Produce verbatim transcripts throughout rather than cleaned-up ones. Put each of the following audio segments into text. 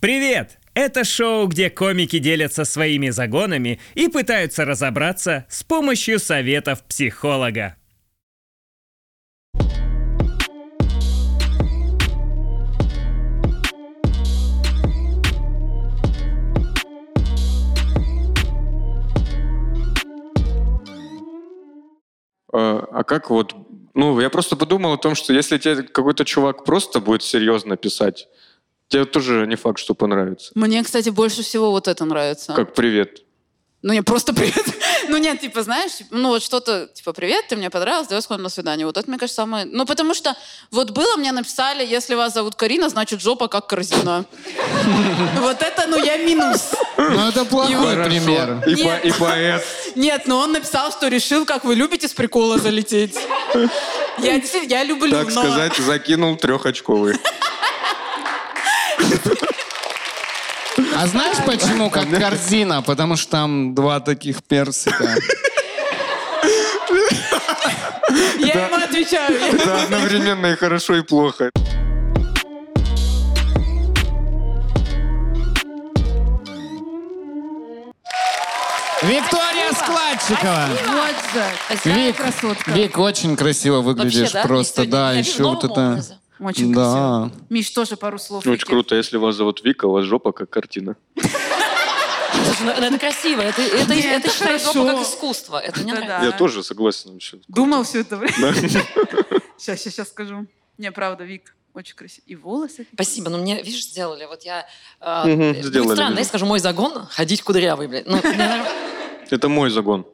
Привет! Это шоу, где комики делятся своими загонами и пытаются разобраться с помощью советов психолога. А как вот... Ну, я просто подумал о том, что если тебе какой-то чувак просто будет серьезно писать, тебе тоже не факт, что понравится. Мне, кстати, больше всего вот это нравится. Как «Привет». Ну, не просто «Привет». Ну, нет, типа, знаешь, ну, вот что-то, типа, «Привет, ты мне понравилась, давай сходим на свидание». Вот это, мне кажется, самое... Ну, потому что вот было, мне написали, если вас зовут Карина, значит, жопа как корзина. Вот это, ну, я минус. Ну, это плохой пример. И поэт. Нет, но он написал, что решил, как вы любите, с прикола залететь. Я действительно, я люблю, Так сказать, закинул трехочковый. А знаешь, почему как корзина? Потому что там два таких персика. Я ему отвечаю. Это одновременно и хорошо, и плохо. Виктория Складчикова. Вот же. Вик, красотка. Вик, очень красиво выглядишь. Вообще, да? Просто, Сегодня да, я вижу еще в вот новом это... образе. Очень Да. красиво. Миш, тоже пару слов. Очень круто, если вас зовут Вика, у вас жопа как картина. Слушай, ну, ну это красиво. Это, это, Нет, это это считаю хорошо. жопу как искусство. Это мне Да, нравится. да. Я тоже согласен вообще. Думал все это время. Сейчас, сейчас, сейчас скажу. Не, правда, Вик, очень красиво. И волосы. Спасибо, но мне, видишь, сделали. Вот я... Э, Мгм, будет сделали, странно, вижу. я скажу, мой загон — ходить кудрявый, блядь. Ну, мне нрав- Это мой загон.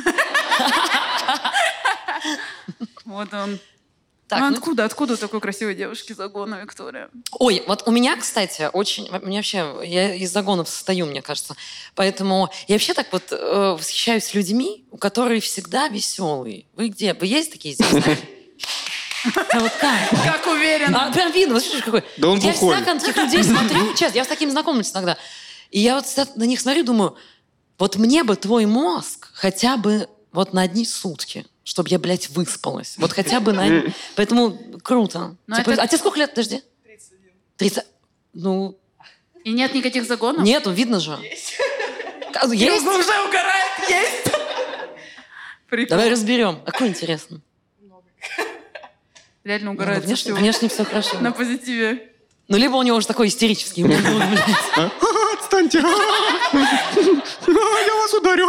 Вот он. Так, ну, ну, откуда, откуда у такой красивой девушки загона, Виктория? Ой, вот у меня, кстати, очень... У меня вообще... Я из загонов состою, мне кажется. Поэтому я вообще так вот э, восхищаюсь людьми, у которых всегда веселые. Вы где? Вы есть такие здесь? Да вот как? Как уверен. А, прям видно, вот слушай, какой. Да он Я бухой. всегда на таких людей смотрю, честно, я с такими знакомлюсь иногда. И я вот всегда на них смотрю, думаю, вот мне бы твой мозг хотя бы вот на одни сутки, чтобы я, блядь, выспалась. Вот хотя бы на... Поэтому круто. Но Типа, это- А тебе сколько лет, подожди? тридцать один. тридцать. Ну, И нет никаких загонов? нету, видно же. Есть? Есть? Уже угорает. Есть. Прикол. Давай разберем. А какой интересно? Реально Ну, угорает. со внешне, всего. внешне все хорошо. На позитиве. Ну, либо у него уже такой истерический мозг, блядь. Отстаньте! Я вас ударю!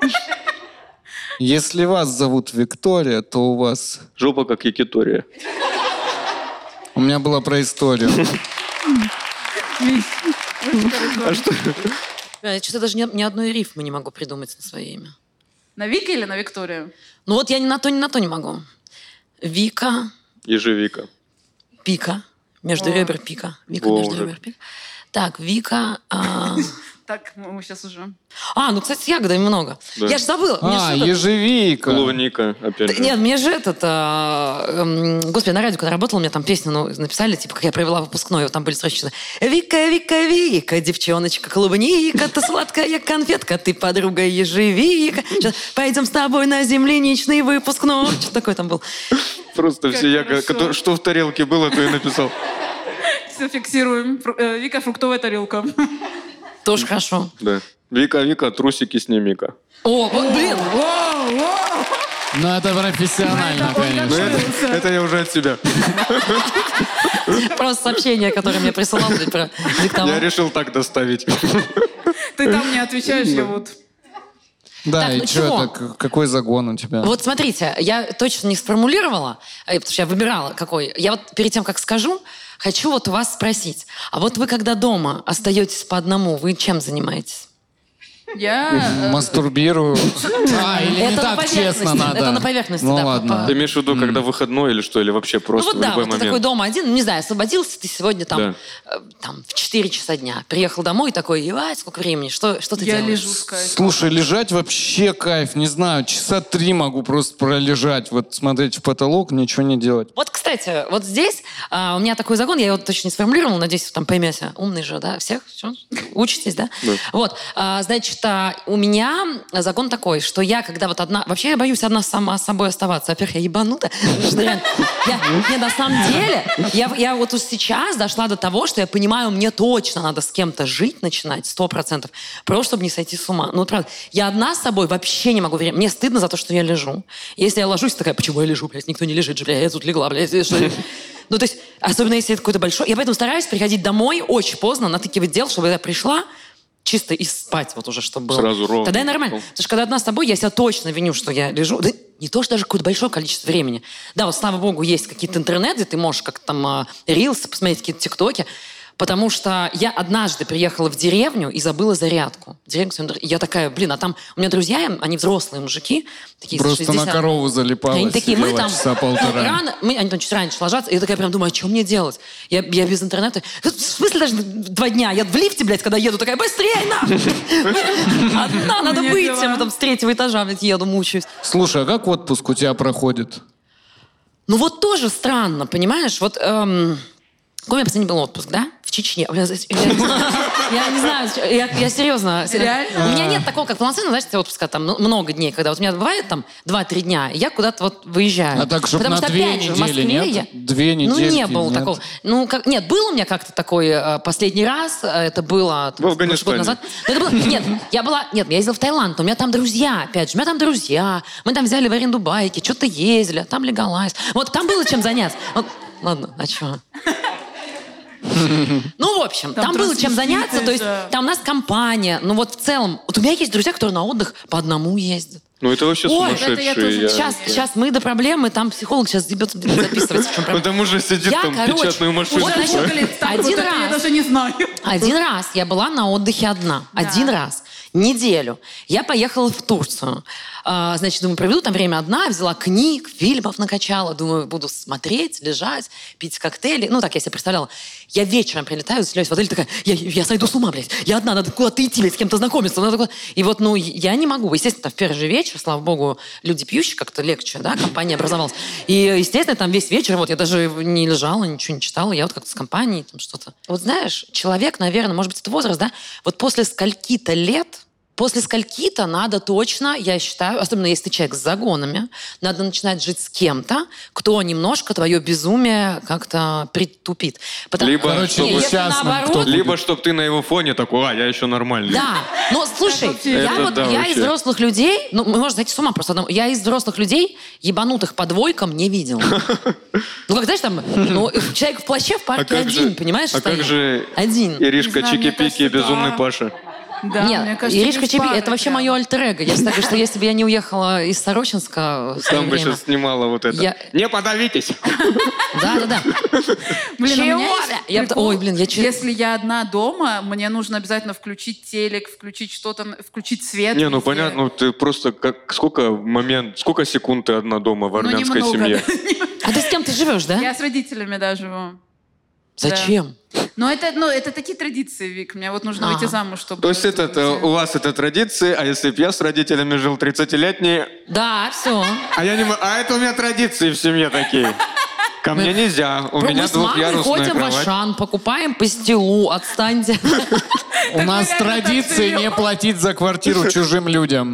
Если вас зовут Виктория, то у вас... Жопа как якитория. У меня была про историю. А что? Я что-то даже ни, ни одной рифмы не могу придумать на свое имя. На Вика или на Викторию? Ну вот я ни на то, ни на то не могу. Вика, Ежевика. Пика. Между О. ребер Пика. Вика О, между уже. ребер Пика. Так, Вика... А, Так, мы сейчас уже... а, ну, кстати, с ягодами много. Да. Я же забыла. Мне А, же этот- ежевика. Клубника, опять же. Нет, мне же этот... а, эм, господи, на радио, когда работала, мне там песню ну, написали, типа, как я провела выпускной, вот там были строчки. Вика, Вика, Вика, девчоночка, клубника, ты сладкая конфетка, ты подруга ежевика. Сейчас пойдем с тобой на земляничный выпускной. Что такое там был? Просто Как все я, хорошо. который- что в тарелке было, то и написал. Все фиксируем. Фру- э, Вика, фруктовая тарелка. Тоже хорошо. Да. Вика, Вика, трусики сними-ка. О, вот, блин, Ну, это профессионально, Это он конечно. Ну, это, Готовился. это я уже от себя. просто сообщение, которое мне присылал, блядь, про диктовал. Я решил так доставить. Ты там не отвечаешь, я вот... Да, Так, и ну что чего? это? К- Какой загон у тебя? Вот смотрите, я точно не сформулировала, э, потому что я выбирала какой. Я вот перед тем, как скажу, хочу вот вас спросить. А вот вы, когда дома остаетесь по одному, вы чем занимаетесь? Я... э, Мастурбирую. А, или не Это на так поверхности, честно надо. это на поверхности, Ну да, ладно. Ты имеешь в виду, когда выходной или что? Или вообще Ну просто вот в да, любой вот ты такой момент? дома один, ну, не знаю, освободился ты сегодня там, Да. э, там в четыре часа дня, приехал домой такой, ебать, сколько времени, что, что ты Я делаешь? лежу с кайфом. Слушай, лежать вообще кайф, не знаю, часа три могу просто пролежать, вот смотреть в потолок, ничего не делать. Вот, кстати, вот здесь а, у меня такой загон, я его точно не сформулировала, надеюсь, вы там поймете. Умный же, да, всех? Всё? учитесь, да? Да. Вот, а, значит, а, у меня закон такой, что я, когда вот одна... Вообще я боюсь одна сама с собой оставаться. Во-первых, я ебанута. Потому что реально, я, не, на самом деле, я, я вот сейчас дошла до того, что я понимаю, мне точно надо с кем-то жить начинать, сто процентов, просто чтобы не сойти с ума. Ну, вот правда, я одна с собой вообще не могу время. Мне стыдно за то, что я лежу. Если я ложусь, такая, почему я лежу, блядь, никто не лежит же, блядь, я тут легла, блядь, что ли? Ну, то есть, особенно если это какой-то большой... Я поэтому стараюсь приходить домой очень поздно, натыкивать дел, чтобы я пришла чисто и спать вот уже, чтобы было. Сразу ровно. Тогда я нормально. Потому что когда одна с тобой, я себя точно виню, что я лежу. Да не то, что даже какое-то большое количество времени. Да, вот, слава богу, есть какие-то интернет, где ты можешь как-то там а, рилсы посмотреть, какие-то тиктоки. Потому что я однажды приехала в деревню и забыла зарядку. В деревню, я такая, блин, а там у меня друзья, они взрослые мужики. Такие Просто шестьдесят. на корову залипалась. И они такие, мы там часа полтора. рано, мы, они там чуть раньше ложатся, и я такая прям думаю, а что мне делать? Я, я без интернета. В смысле даже два дня? Я в лифте, блядь, когда еду, такая, быстрее, на! Одна, надо выйти. Мы там с третьего этажа, блядь, еду, мучаюсь. Слушай, а как отпуск у тебя проходит? Ну вот тоже странно, понимаешь? Вот... Эм... Какой у меня последний был отпуск, да? В Чечне. Я, я, я не знаю, я, я серьезно. серьезно. У меня нет такого, как полноценного, знаешь, отпуска там ну, много дней, когда вот у меня бывает там два-три дня, и я куда-то вот выезжаю. А так, чтобы Потому на что, две опять же, в недели, Москве нет? Я... Две недели. Ну, не было такого. Ну, как... Нет, был у меня как-то такой э, последний раз, э, это было... В Афганистане. Год назад. Но это было... Нет, я была... Нет, я ездила в Таиланд, у меня там друзья, опять же, у меня там друзья. Мы там взяли в аренду байки, что-то ездили, там легалайз. Вот там было чем заняться. Вот... Ладно, а что? Ну, в общем, там, там было чем заняться, то есть там у нас компания, ну вот в целом, вот у меня есть друзья, которые на отдых по одному ездят. Ну, это вообще Ой, сумасшедшие. это я тоже... я... Сейчас, сейчас мы до проблемы, там психолог сейчас ебется записывать. В чем проблема. Потому что сидит Я, там короче, печатную машинку. вот, значит, один раз, я даже не знаю. один раз я была на отдыхе одна. Да. Один раз. Неделю. Я поехала в Турцию. А, значит, думаю, проведу там время одна, взяла книг, фильмов накачала. Думаю, буду смотреть, лежать, пить коктейли. Ну, так я себе представляла. Я вечером прилетаю, заселяюсь в отель, такая, я, я сойду с ума, блядь. Я одна, надо куда-то идти, блядь, с кем-то знакомиться. Надо куда... И вот, ну, я не могу. Естественно, там в первый же вечер, слава богу, люди пьющие, как-то легче, да, компания образовалась. И, естественно, там весь вечер, вот, я даже не лежала, ничего не читала, я вот как-то с компанией, там что-то. Вот знаешь, человек, наверное, может быть, это возраст, да, вот после скольки-то лет, после скольки-то надо точно, я считаю, особенно если ты человек с загонами, надо начинать жить с кем-то, кто немножко твое безумие как-то притупит. Потому... Либо, Короче, чтобы... Если частным наоборот... Либо, чтобы ты на его фоне такой, а, я еще нормальный. Да, но слушай, я, Это вот, да, я вообще. из взрослых людей, ну, мы можем зайти с ума просто, я из взрослых людей ебанутых по двойкам не видела. Ну, как, знаешь, там, ну, человек в плаще в парке А как один, же- понимаешь, А стоит. как же Один. Иришка Не знаю, мне Чики-Пики и кажется, Безумный да. Паша? Да, Нет, мне кажется, Иришка без Чипи, пары это вообще прям. мое альтер-эго. Я считаю, что если бы я не уехала из Сорочинска в свое Там бы время... сейчас снимала вот это. Я- Не подавитесь! Да-да-да. Блин, у Чего? меня есть Я бы- прикол. ой, блин, я чё- Если я одна дома, мне нужно обязательно включить телек, включить что-то, включить свет. Не, ну везде. понятно, ну ты просто как сколько момент, сколько секунд ты одна дома в Ну, армянской немного, семье? да. А ты с кем ты живешь, да? Я с родителями, да, живу. Зачем? Ну, это, ну, это такие традиции, Вик. Мне вот нужно А. выйти замуж, чтобы... То есть это, это у вас это традиции, а если бы я с родителями жил тридцатилетний, Да, все. а я не мо- а это у меня традиции в семье такие. Ко мне нельзя, у меня Мы с мамой двухъярусная ходим в кровать. Ашан, покупаем пастилу, отстаньте. У нас реально так традиции живем. не платить за квартиру чужим людям.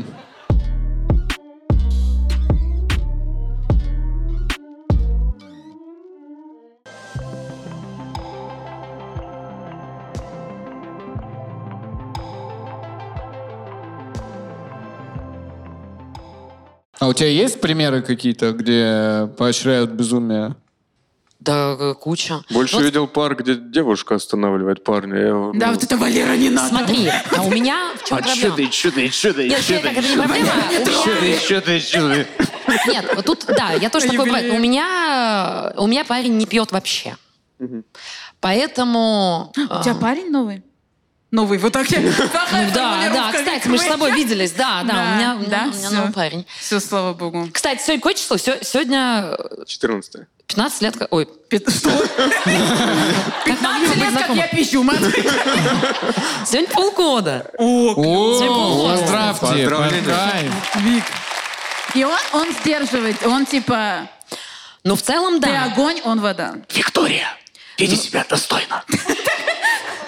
А у тебя есть примеры какие-то, где поощряют безумие? Да, э, куча. Больше Вот видел пар, где девушка останавливает парня. Я, ну, Да, вот это Валера не надо. смотри, а у меня в чем А проблема? что ты, что ты, что ты, Нет, что как ты, это не проблема. У что меня- ты, что ты, что ты? Нет, вот тут, да, я тоже такой бывает. У меня, у меня парень не пьет вообще. Поэтому... У тебя парень новый? Новый, вот так я... Ну да, да, кстати, мы же с тобой виделись, да, да, у меня, у меня- да, у меня всё. новый парень. Все, слава богу. Кстати, сегодня какое число? Сё- Сегодня четырнадцатое. пятнадцать лет... как- Ой, Пи- Что? как могли вы быть пятнадцать лет, как знакомы? я пищу, мать. Сегодня полгода. О, полгода. поздравьте, Поздравления. поздравь. И он, он сдерживает, он типа, Ну, в целом, ты да. огонь, он вода. Виктория, веди себя достойно.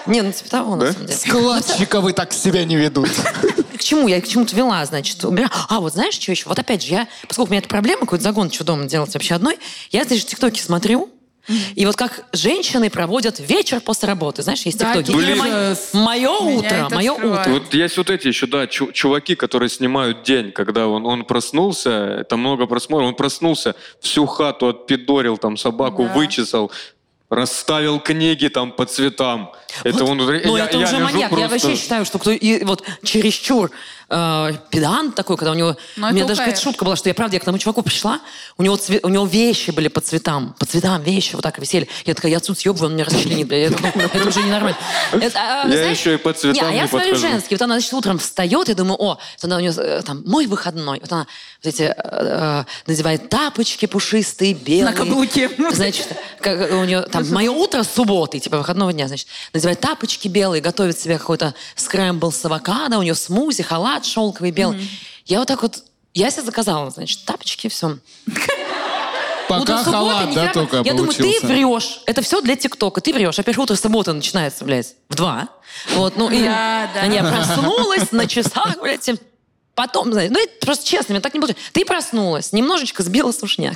Не, ну типа того, Да? на самом деле. Складчиковы так себя не ведут. К чему? Я к чему-то вела, значит, убираю. А, вот знаешь, что еще? Вот опять же, я, поскольку у меня эта проблема, какой-то загон, что дома делать вообще одной, я, значит, тиктоки смотрю, и вот как женщины проводят вечер после работы. Знаешь, есть Да, тиктоки. блин. Мое Меня утро, это мое вскрывает. утро. Вот есть вот эти еще, да, чу- чуваки, которые снимают день, когда он, он проснулся, там много просмотров, он проснулся, всю хату отпидорил, там собаку Да. вычесал, расставил книги там по цветам. Это Вот, он... ну, я- это я уже лежу маньяк. Я просто- вообще считаю, что кто и вот чересчур э, педант такой, когда у него... Но у меня это даже какая-то укаешь. шутка была, что я, правда, я к тому чуваку пришла, у него, цве- у него вещи были по цветам. По цветам вещи вот так висели. Я такая, я отсюда съебываю, он меня расчленит. бля, Это, ну, это уже ненормально. Это, а, вы Я знаешь, еще и по цветам не, а я не смотрю подхожу. женский. Вот она, значит, утром встает, я думаю, о, вот она у нее э, там, мой выходной. Вот она вот эти, э, э, надевает тапочки пушистые, белые. На каблуке. Значит, как у нее там мое утро с субботы, типа выходного дня, значит, надевает тапочки белые, готовит себе какой-то скрэмбл с авокадо, у нее смузи, халат шелковый белый. Я вот так вот, я себе заказала, значит, тапочки, все. Пока халат, да, только Я думаю, ты получился. врешь. Это все для ТикТока. Ты врешь. Во-первых, утро субботы начинается, блядь, в два. Вот, ну, и Да, да. я проснулась на часах, блядь, семь. Потом, знаешь, ну, это просто честно, мне так не получилось. Ты проснулась, немножечко сбила сушняк.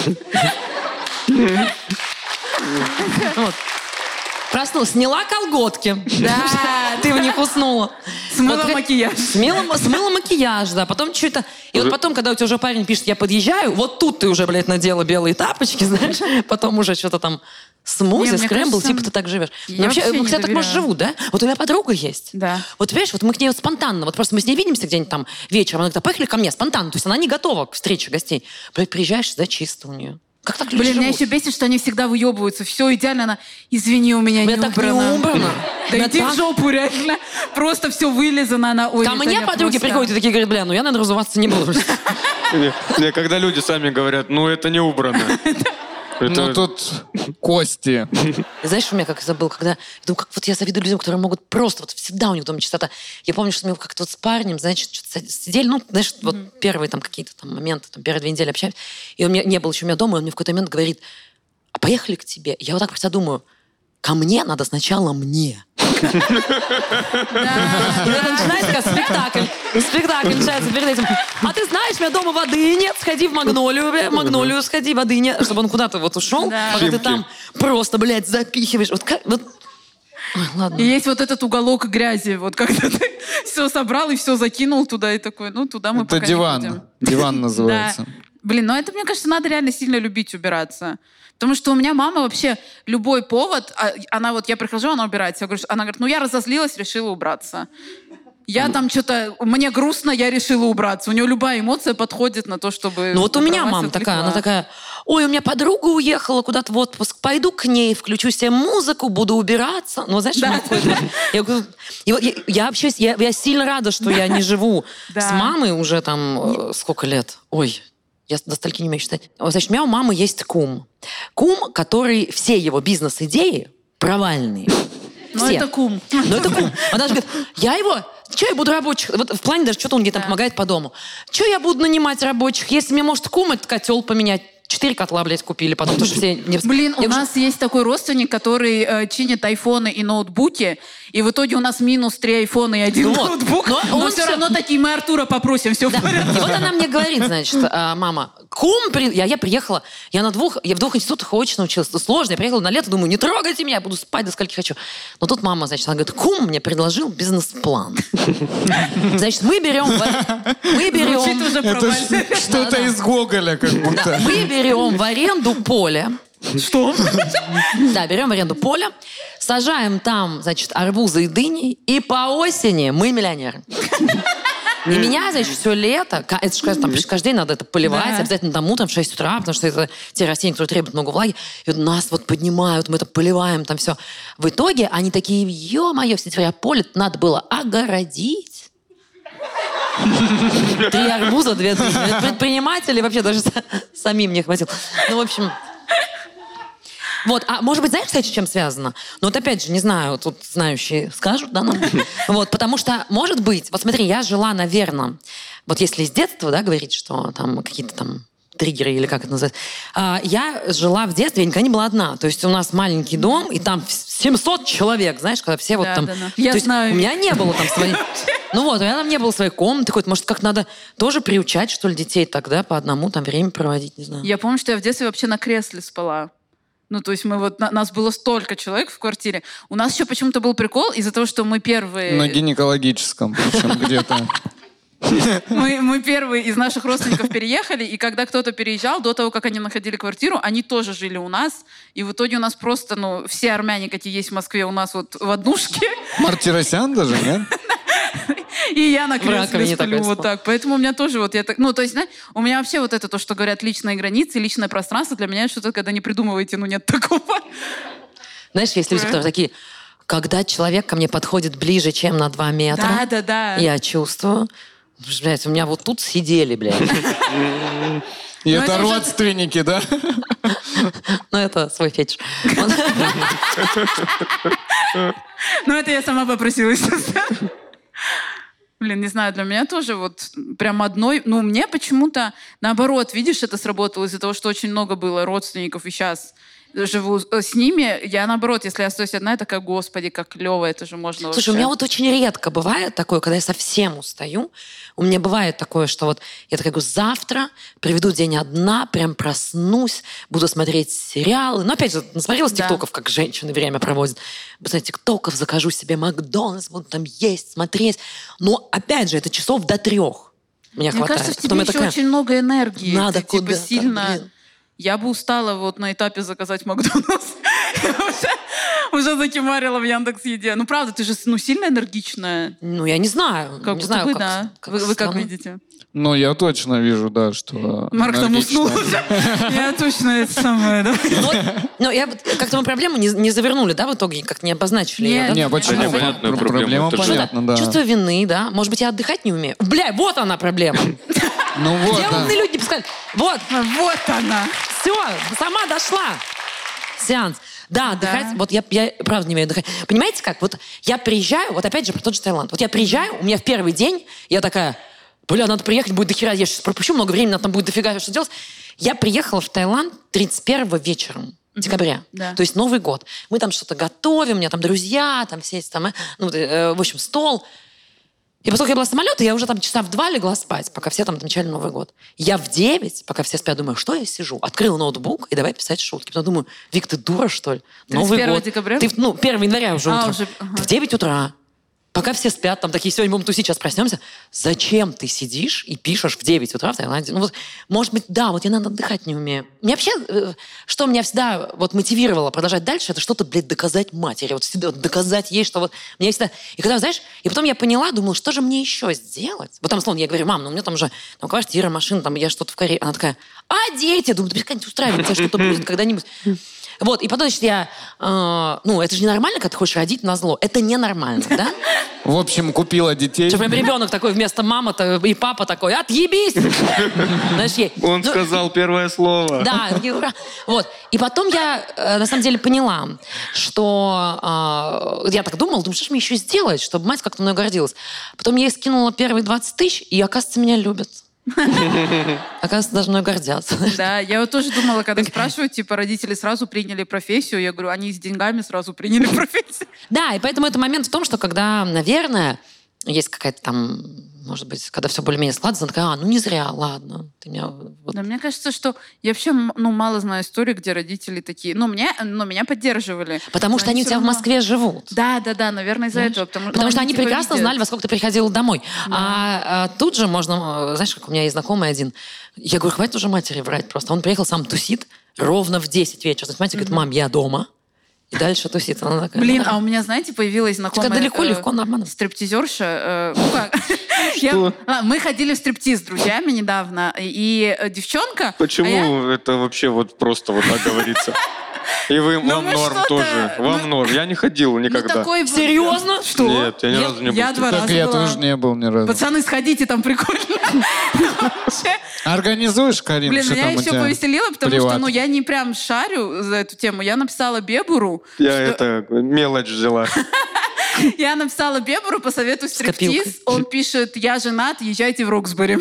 Вот. Проснулась, сняла колготки. Да. Ты в них уснула. Смыла Вот, макияж. Смыла, смыла макияж, да. Потом что-то... И вот потом, когда у тебя уже парень пишет, я подъезжаю, вот тут ты уже, блядь, надела белые тапочки, знаешь. Потом уже что-то там смузи, Не, мне скрэмбл, кажется, типа ты так живешь. я Ну, вообще, вообще ну, не все так, может, доверяю. живут, да? Вот у меня подруга есть. Да. Вот, понимаешь, вот мы к ней вот спонтанно, вот просто мы с ней видимся где-нибудь там вечером, она говорит, а поехали ко мне спонтанно. То есть она не готова к встрече гостей. Блядь, приезжаешь, да, чисто у нее. Как так люди Блин, меня живут? еще бесит, что они всегда выебываются. Все идеально. Она, извини, у меня У меня не так не убрано. убрано. Да У меня иди так- в жопу, реально. Просто все вылезано. Она, ой, Ко это мне я подруги просто- приходят и такие говорят, бля, ну я, наверное, разуваться не буду. Не, не, когда люди сами говорят, ну это не убрано. Это- Ну тут кости. Знаешь, у меня как забыл, когда... Я думаю, как вот я завидую людям, которые могут просто... Вот всегда у них дома чистота. Я помню, что мы как-то вот с парнем, значит, что-то сидели, ну, знаешь, вот первые там какие-то там моменты, там, первые две недели общались, и он мне не был еще у меня дома, и он мне в какой-то момент говорит, а поехали к тебе. Я вот так про себя думаю, ко мне надо сначала мне. И это начинается как спектакль. Спектакль начинается перед этим. А ты знаешь, у меня дома воды нет, сходи в Магнолию, бля, в Магнолию сходи, воды нет. Чтобы он куда-то вот ушел, Да. пока ты Химки. там просто, блядь, запихиваешь. Вот как... Вот... Ой, ладно. И есть вот этот уголок грязи. Вот когда ты все собрал и все закинул туда, и такой, ну, туда мы Это пока не диван. будем. Диван называется. Да. Блин, ну это, мне кажется, надо реально сильно любить убираться. Потому что у меня мама вообще любой повод, а, она вот, я прихожу, она убирается. Я говорю, она говорит, ну я разозлилась, решила убраться. Я там что-то, мне грустно, я решила убраться. У нее любая эмоция подходит на то, чтобы... Ну вот у меня убралась, мама такая, она отвлекла. такая, ой, у меня подруга уехала куда-то в отпуск, пойду к ней, включу себе музыку, буду убираться. Ну, знаешь, Да. у меня какой-то- я, говорю, и вот я, я вообще, я, я сильно рада, что я не живу Да. с мамой уже там э, сколько лет. Ой, я до стольки не умею считать. Вот, значит, у меня у мамы есть кум. Кум, который все его бизнес-идеи провальные. Ну Все. это кум. Ну, это кум. Она же говорит, я его... Че я буду рабочих... Вот в плане даже что-то он где-то там Да. помогает по дому. Че я буду нанимать рабочих? Если мне, может, кум этот котел поменять? Четыре котла, блядь, купили потом, потому что все... не- Блин, у Я уже- нас есть такой родственник, который э, чинит айфоны и ноутбуки, и в итоге у нас минус три айфона и один Ну вот. ноутбук. Но Но, он все всё- равно такие, мы Артура попросим, все Да. в порядке. И вот она мне говорит, значит, а, мама, кум, при- я, я приехала, я на двух, я в двух институтах очно училась, это сложно, я приехала на лето, думаю, не трогайте меня, я буду спать до скольки хочу. Но тут мама, значит, она говорит, кум мне предложил бизнес-план. Значит, мы берем, в- мы берем, Звучит уже Это провально. ж что-то из Гоголя как да, будто. мы берем в аренду поле. Что? Да, берем в аренду поле, сажаем там, значит, арбузы и дыни, и по осени мы миллионеры. И меня, значит, все лето, ка- это же каждый, там, каждый день надо это поливать, Да. обязательно там утром в шесть утра, потому что это те растения, которые требуют много влаги. И вот нас вот поднимают, мы это поливаем, там все. В итоге они такие, ё-моё, в сентябре поле надо было огородить. Три арбуза, две дыни. Это предприниматели вообще даже са- самим не хватило. Ну, в общем... Вот, а может быть, знаешь, кстати, с чем связано? Ну вот опять же, не знаю, тут знающие скажут, да, нам? Вот, потому что, может быть, вот смотри, я жила, наверное, вот если с детства, да, говорить, что там какие-то там триггеры, или как это называется. А, я жила в детстве, я никогда не была одна. То есть у нас маленький дом, и там семьсот человек, знаешь, когда все вот Да, там... да, да. То Я есть знаю. У меня не было там своей... Ну вот, у меня там не было своей комнаты какой-то. Может, как надо тоже приучать, что ли, детей тогда по одному там время проводить, не знаю. Я помню, что я в детстве вообще на кресле спала. Ну, то есть мы вот... на- нас было столько человек в квартире. У нас еще почему-то был прикол из-за того, что мы первые... На гинекологическом, причем где-то. Мы, мы первые из наших родственников переехали, и когда кто-то переезжал, до того, как они находили квартиру, они тоже жили у нас. И в итоге у нас просто, ну, все армяне, какие есть в Москве, у нас вот в однушке. Мартиросян даже, нет? И я на В раковине кресле сплю такая вот спала. так. Поэтому у меня тоже вот я так... Ну, то есть, знаешь, у меня вообще вот это то, что говорят личные границы, личное пространство, для меня что-то, когда не придумываете, ну, нет такого. Знаешь, есть люди, которые такие, когда человек ко мне подходит ближе, чем на два метра, Да, да, да. я чувствую, блядь, у меня вот тут сидели, блядь. И Ну, это это уже- родственники, да? Ну, это свой фетиш. Вот. Ну, это я сама попросилась. Блин, не знаю, для меня тоже вот прям одной... Ну, мне почему-то, наоборот, видишь, это сработало из-за того, что очень много было родственников, и сейчас живу с ними. Я, наоборот, если я остаюсь одна, я такая, господи, как клево, это же можно Слушай, у вообще. меня вот очень редко бывает такое, когда я совсем устаю. У меня бывает такое, что вот я такая говорю, завтра приведу день одна, прям проснусь, буду смотреть сериалы. Но опять же, насмотрелась Да. тиктоков, как женщины время проводят. После тиктоков закажу себе Макдональдс, буду там есть, смотреть. Но опять же, это часов до трех. Меня Мне хватает. кажется, в тебе Потом я еще такая, очень много энергии. надо Ты, типа, куда-то, сильно... блин. Я бы устала вот на этапе заказать Макдональдс. Я уже- Уже закимарила в Яндекс.Еде. Ну, правда, ты же ну, сильно энергичная. Ну, я не знаю. Как не будто знаю, бы, как, да. как Вы вы как странно. видите? Ну, я точно вижу, да, что... Марк там энергично. уснул уже. Я точно это самое. да. Ну, вот, ну, я вот- как-то мы проблему не, не завернули, да, в итоге, как не обозначили ее, Нет, да? Не, почему? Да непонятная Про- проблема, это же- понятна, да. Чувство вины, да. Может быть, я отдыхать не умею. Бля, вот она проблема. Ну вот, Где да. умные люди пускай. Вот, Вот она. все, сама дошла. Сеанс. Да, отдыхать, вот я, я правда не умею отдыхать. Понимаете как? Вот я приезжаю, вот опять же про тот же Таиланд. Вот я приезжаю, у меня в первый день, я такая, бля, надо приехать, будет дохера, я сейчас пропущу много времени, надо там будет дофига что делать. Я приехала в Таиланд тридцать первого вечером. Декабря. Да. То есть Новый год. Мы там что-то готовим, у меня там друзья, там все эти там, э, ну, э, в общем, стол. И поскольку я была с самолета, я уже там часа в два легла спать, пока все там отмечали Новый год. Я в девять, пока все спят, думаю, что я сижу? Открыла ноутбук и давай писать шутки. Потом думаю, Вик, ты дура, что ли? Новый тридцать первого год. декабря? Ты, ну, первого января уже А, утром. уже, ага. В девять утра. Пока все спят, там такие, сегодня будем тусить, сейчас проснемся. Зачем ты сидишь и пишешь в девять утра в Таиланде? Ну вот, может быть, да, вот я надо отдыхать не умею. Мне вообще, э, что меня всегда вот мотивировало продолжать дальше, это что-то, блядь, доказать матери. Вот всегда вот доказать ей, что вот мне всегда... И когда, знаешь, и потом я поняла, думала, что же мне еще сделать? Вот там, словно, я говорю, мам, ну у меня там уже там, квартира, машина, там я что-то в Корее. Она такая, а дети? Думаю, да перестань устраивать, тебя что-то будет когда-нибудь. Вот, и потом, значит, я... э, ну, это же ненормально, когда ты хочешь родить назло. Это ненормально, да? В общем, купила детей. Что прям ребенок такой вместо мамы и папа такой, отъебись! Знаешь, ей... Он ну, сказал первое слово. Да, и ура. Вот. И потом я, э, на самом деле, поняла, что э, я так думала, думаю, что же мне еще сделать, чтобы мать как-то мной гордилась. Потом я ей скинула первые двадцать тысяч, и, оказывается, меня любят. Оказывается, даже мной гордятся. Да, я вот тоже думала, когда спрашивают, типа, родители сразу приняли профессию, я говорю, они с деньгами сразу приняли профессию. Да, и поэтому это момент в том, что когда, наверное, есть какая-то там, может быть, когда все более-менее складывается, она такая, а, ну не зря, ладно. Ты меня, вот. Да, мне кажется, что я вообще ну, мало знаю истории, где родители такие, ну, мне, ну меня поддерживали. Потому Но что они у всё тебя в равно- Москве живут. Да, да, да, наверное, из-за этого. Потому, Потому ну, что они типа прекрасно видят. знали, во сколько ты приходила домой. А, а тут же можно, э, знаешь, как у меня есть знакомый один, я говорю, хватит уже матери врать просто. Он приехал, сам тусит ровно в десять вечера. Значит, мать говорит, мам, я дома. И дальше тусит. Она такая, Блин, «Да». а у меня, знаете, появилась знакомая... Как далеко, э, легко, нормально. Стриптизерша. э, ну как? Я- Ладно, мы ходили в стриптиз с друзьями недавно, и э, девчонка... Почему а я- это вообще вот просто вот так говорится? И вы, Ну, вам мы норм что-то- тоже. Вам ну- норм. Я не ходил Ну, никогда. такой был- Серьезно? Что? Нет, я ни Я- разу не был. Я два Так раза я была. тоже не был ни разу. Пацаны, сходите, там прикольно. Вообще. Организуешь, Карин, Блин, что меня там у еще тебя? повеселило, потому что, Приват. ну, я не прям шарю за эту тему. Я написала Бебуру. Я что- это, мелочь взяла. Я написала Бебру по совету стриптиз. Он пишет, я женат, езжайте в Роксбери.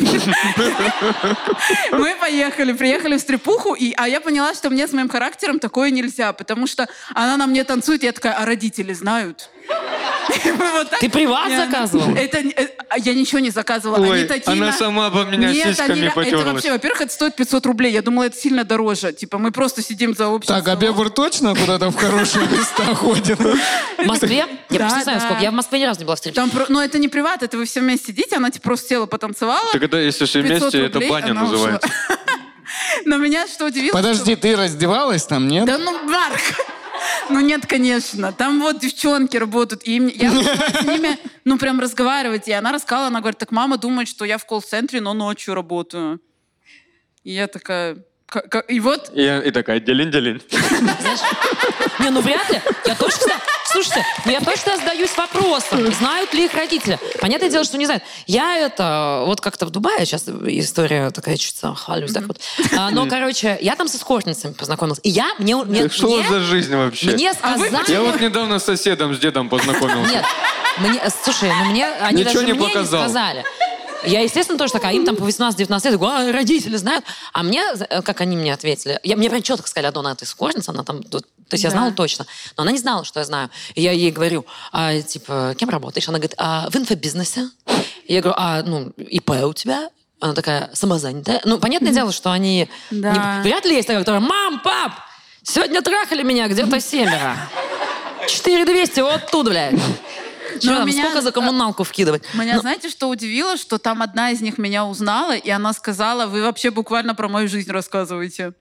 Мы поехали, приехали в стрипуху, и, а я поняла, что мне с моим характером такое нельзя, потому что она на мне танцует, я такая, а родители знают? Вот так. Ты приват Я- заказывал? Это, э, я ничего не заказывала. Ой, Они такие она на- сама по меня Нет, сиськами они ре- Это потерлась. вообще, во-первых, это стоит пятьсот рублей. Я думала, это сильно дороже. Типа, мы просто сидим за общим Так, а столом. Бебр точно куда-то в хорошие места ходит? В Москве? Я Да, просто не знаю, да. сколько. Я в Москве ни разу не была в стриптизе. Там, про- но это не приват, это вы все вместе сидите, она типа просто села, потанцевала. Так это, если все пятьсот вместе, это рублей, баня она ушла. называется. Но меня что удивило... Подожди, ты раздевалась там, нет? Да ну, Марк! Ну нет, конечно. Там вот девчонки работают. И им- я начала с ними, ну, прям разговаривать. И она рассказала, она говорит, так мама думает, что я в колл-центре, но ночью работаю. И я такая... «Ка- ка-» И вот... И, я- и такая, делин-делин. Знаешь? Не, ну вряд ли. Я точно... Слушайте, ну я точно задаюсь вопросом, знают ли их родители. Понятное дело, что не знают. Я это... Вот как-то в Дубае, сейчас история такая чуть хвалюсь, так вот. А, но, короче, я там с эскортницами познакомилась. И я... Мне, мне, Так что у вас мне, за жизнь вообще? мне А вы сказали... Я вот недавно с соседом, с дедом познакомился. Нет, мне, слушай, ну мне, они Ничего даже не мне показал. не сказали. Я, естественно, тоже такая, им там по восемнадцать-девятнадцать лет, говорю, а, родители знают. А мне, э, как они мне ответили, я, мне прям четко сказали, Адона, ты эскортница, она там, то, то есть я Да. знала точно, но она не знала, что я знаю. И я ей говорю, а, типа, кем работаешь? Она говорит, а, в инфобизнесе. И я говорю, а, ну, ИП у тебя? Она такая, самозанятая. Ну, понятное дело, что они... Да. не- вряд ли есть такая, которая, мам, пап, сегодня трахали меня где-то семеро. четыре двести, вот тут, блядь. Что Но там, меня- сколько за коммуналку вкидывать? Меня, Ну, знаете, что удивило? Что там одна из них меня узнала, и она сказала, вы вообще буквально про мою жизнь рассказываете.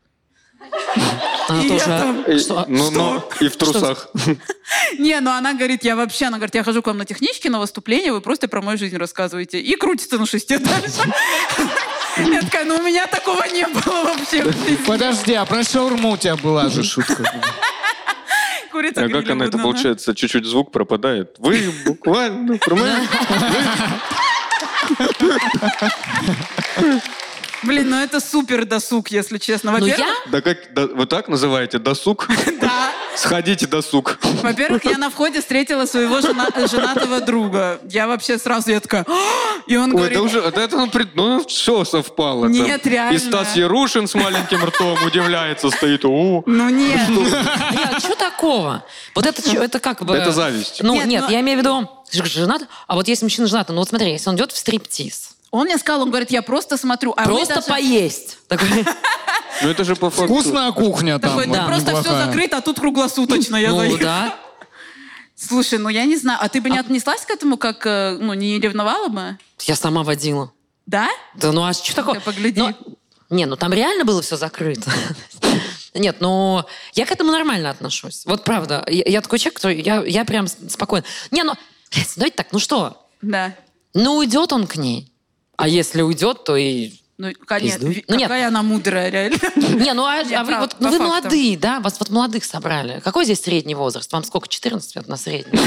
она И я тоже... там- И- Что? ну, ну, и в трусах. Не, ну она говорит, я вообще, она говорит, я хожу к вам на технички, на выступление, вы просто про мою жизнь рассказываете. И крутится на шесте дальше. Я такая, ну у меня такого не было вообще. Подожди, а про шаурму у тебя была же шутка. Курица А как гриля она это выдана. получается? Чуть-чуть звук пропадает. Вы буквально... про мою- Блин, ну это супер досуг, если честно. Ну Во-первых, я... Да как, да, вы так называете? Досуг? да. Сходите досуг. Во-первых, я на входе встретила своего жена- женатого друга. Я вообще сразу, я такая... «А!» И он Ой, говорит... это уже, это, это, ну, пред- ну, все совпало. там. Нет, реально. И Стас Ярушин с маленьким ртом удивляется, стоит. О, Ну нет. Нет, что такого? Вот это, чё- это как бы... Это зависть. Ну, Нет, нет, но- я имею в виду, ты же женат, а вот если мужчина женат, ну вот смотри, если он идет в стриптиз, Он мне сказал, он говорит, я просто смотрю. А мы просто даже- поесть. Такой, ну это же по факту. Вкусная кухня там. Такой, да, Да, просто все неплохая. закрыто, а тут круглосуточно я ну заехала. да. Слушай, ну я не знаю, а ты бы не отнеслась к этому, как, э, ну, не ревновала бы? Я сама водила. Да? Да ну а что такое? Ты погляди. Ну, не, ну там реально было все закрыто. Нет, ну я к этому нормально отношусь. Вот правда. Я, я такой человек, который я, я прям спокойно. Не, ну, блядь, давайте так, ну что? Да. Ну уйдет он к ней. А если уйдет, то и... Ну, конечно, Пиздуй. ви- Ну, нет. какая она мудрая, реально. Не, ну а, Нет, а вы, правда, вот, ну, по вы факту. молодые, да? Вас вот молодых собрали. Какой здесь средний возраст? Вам сколько? четырнадцать лет на средний?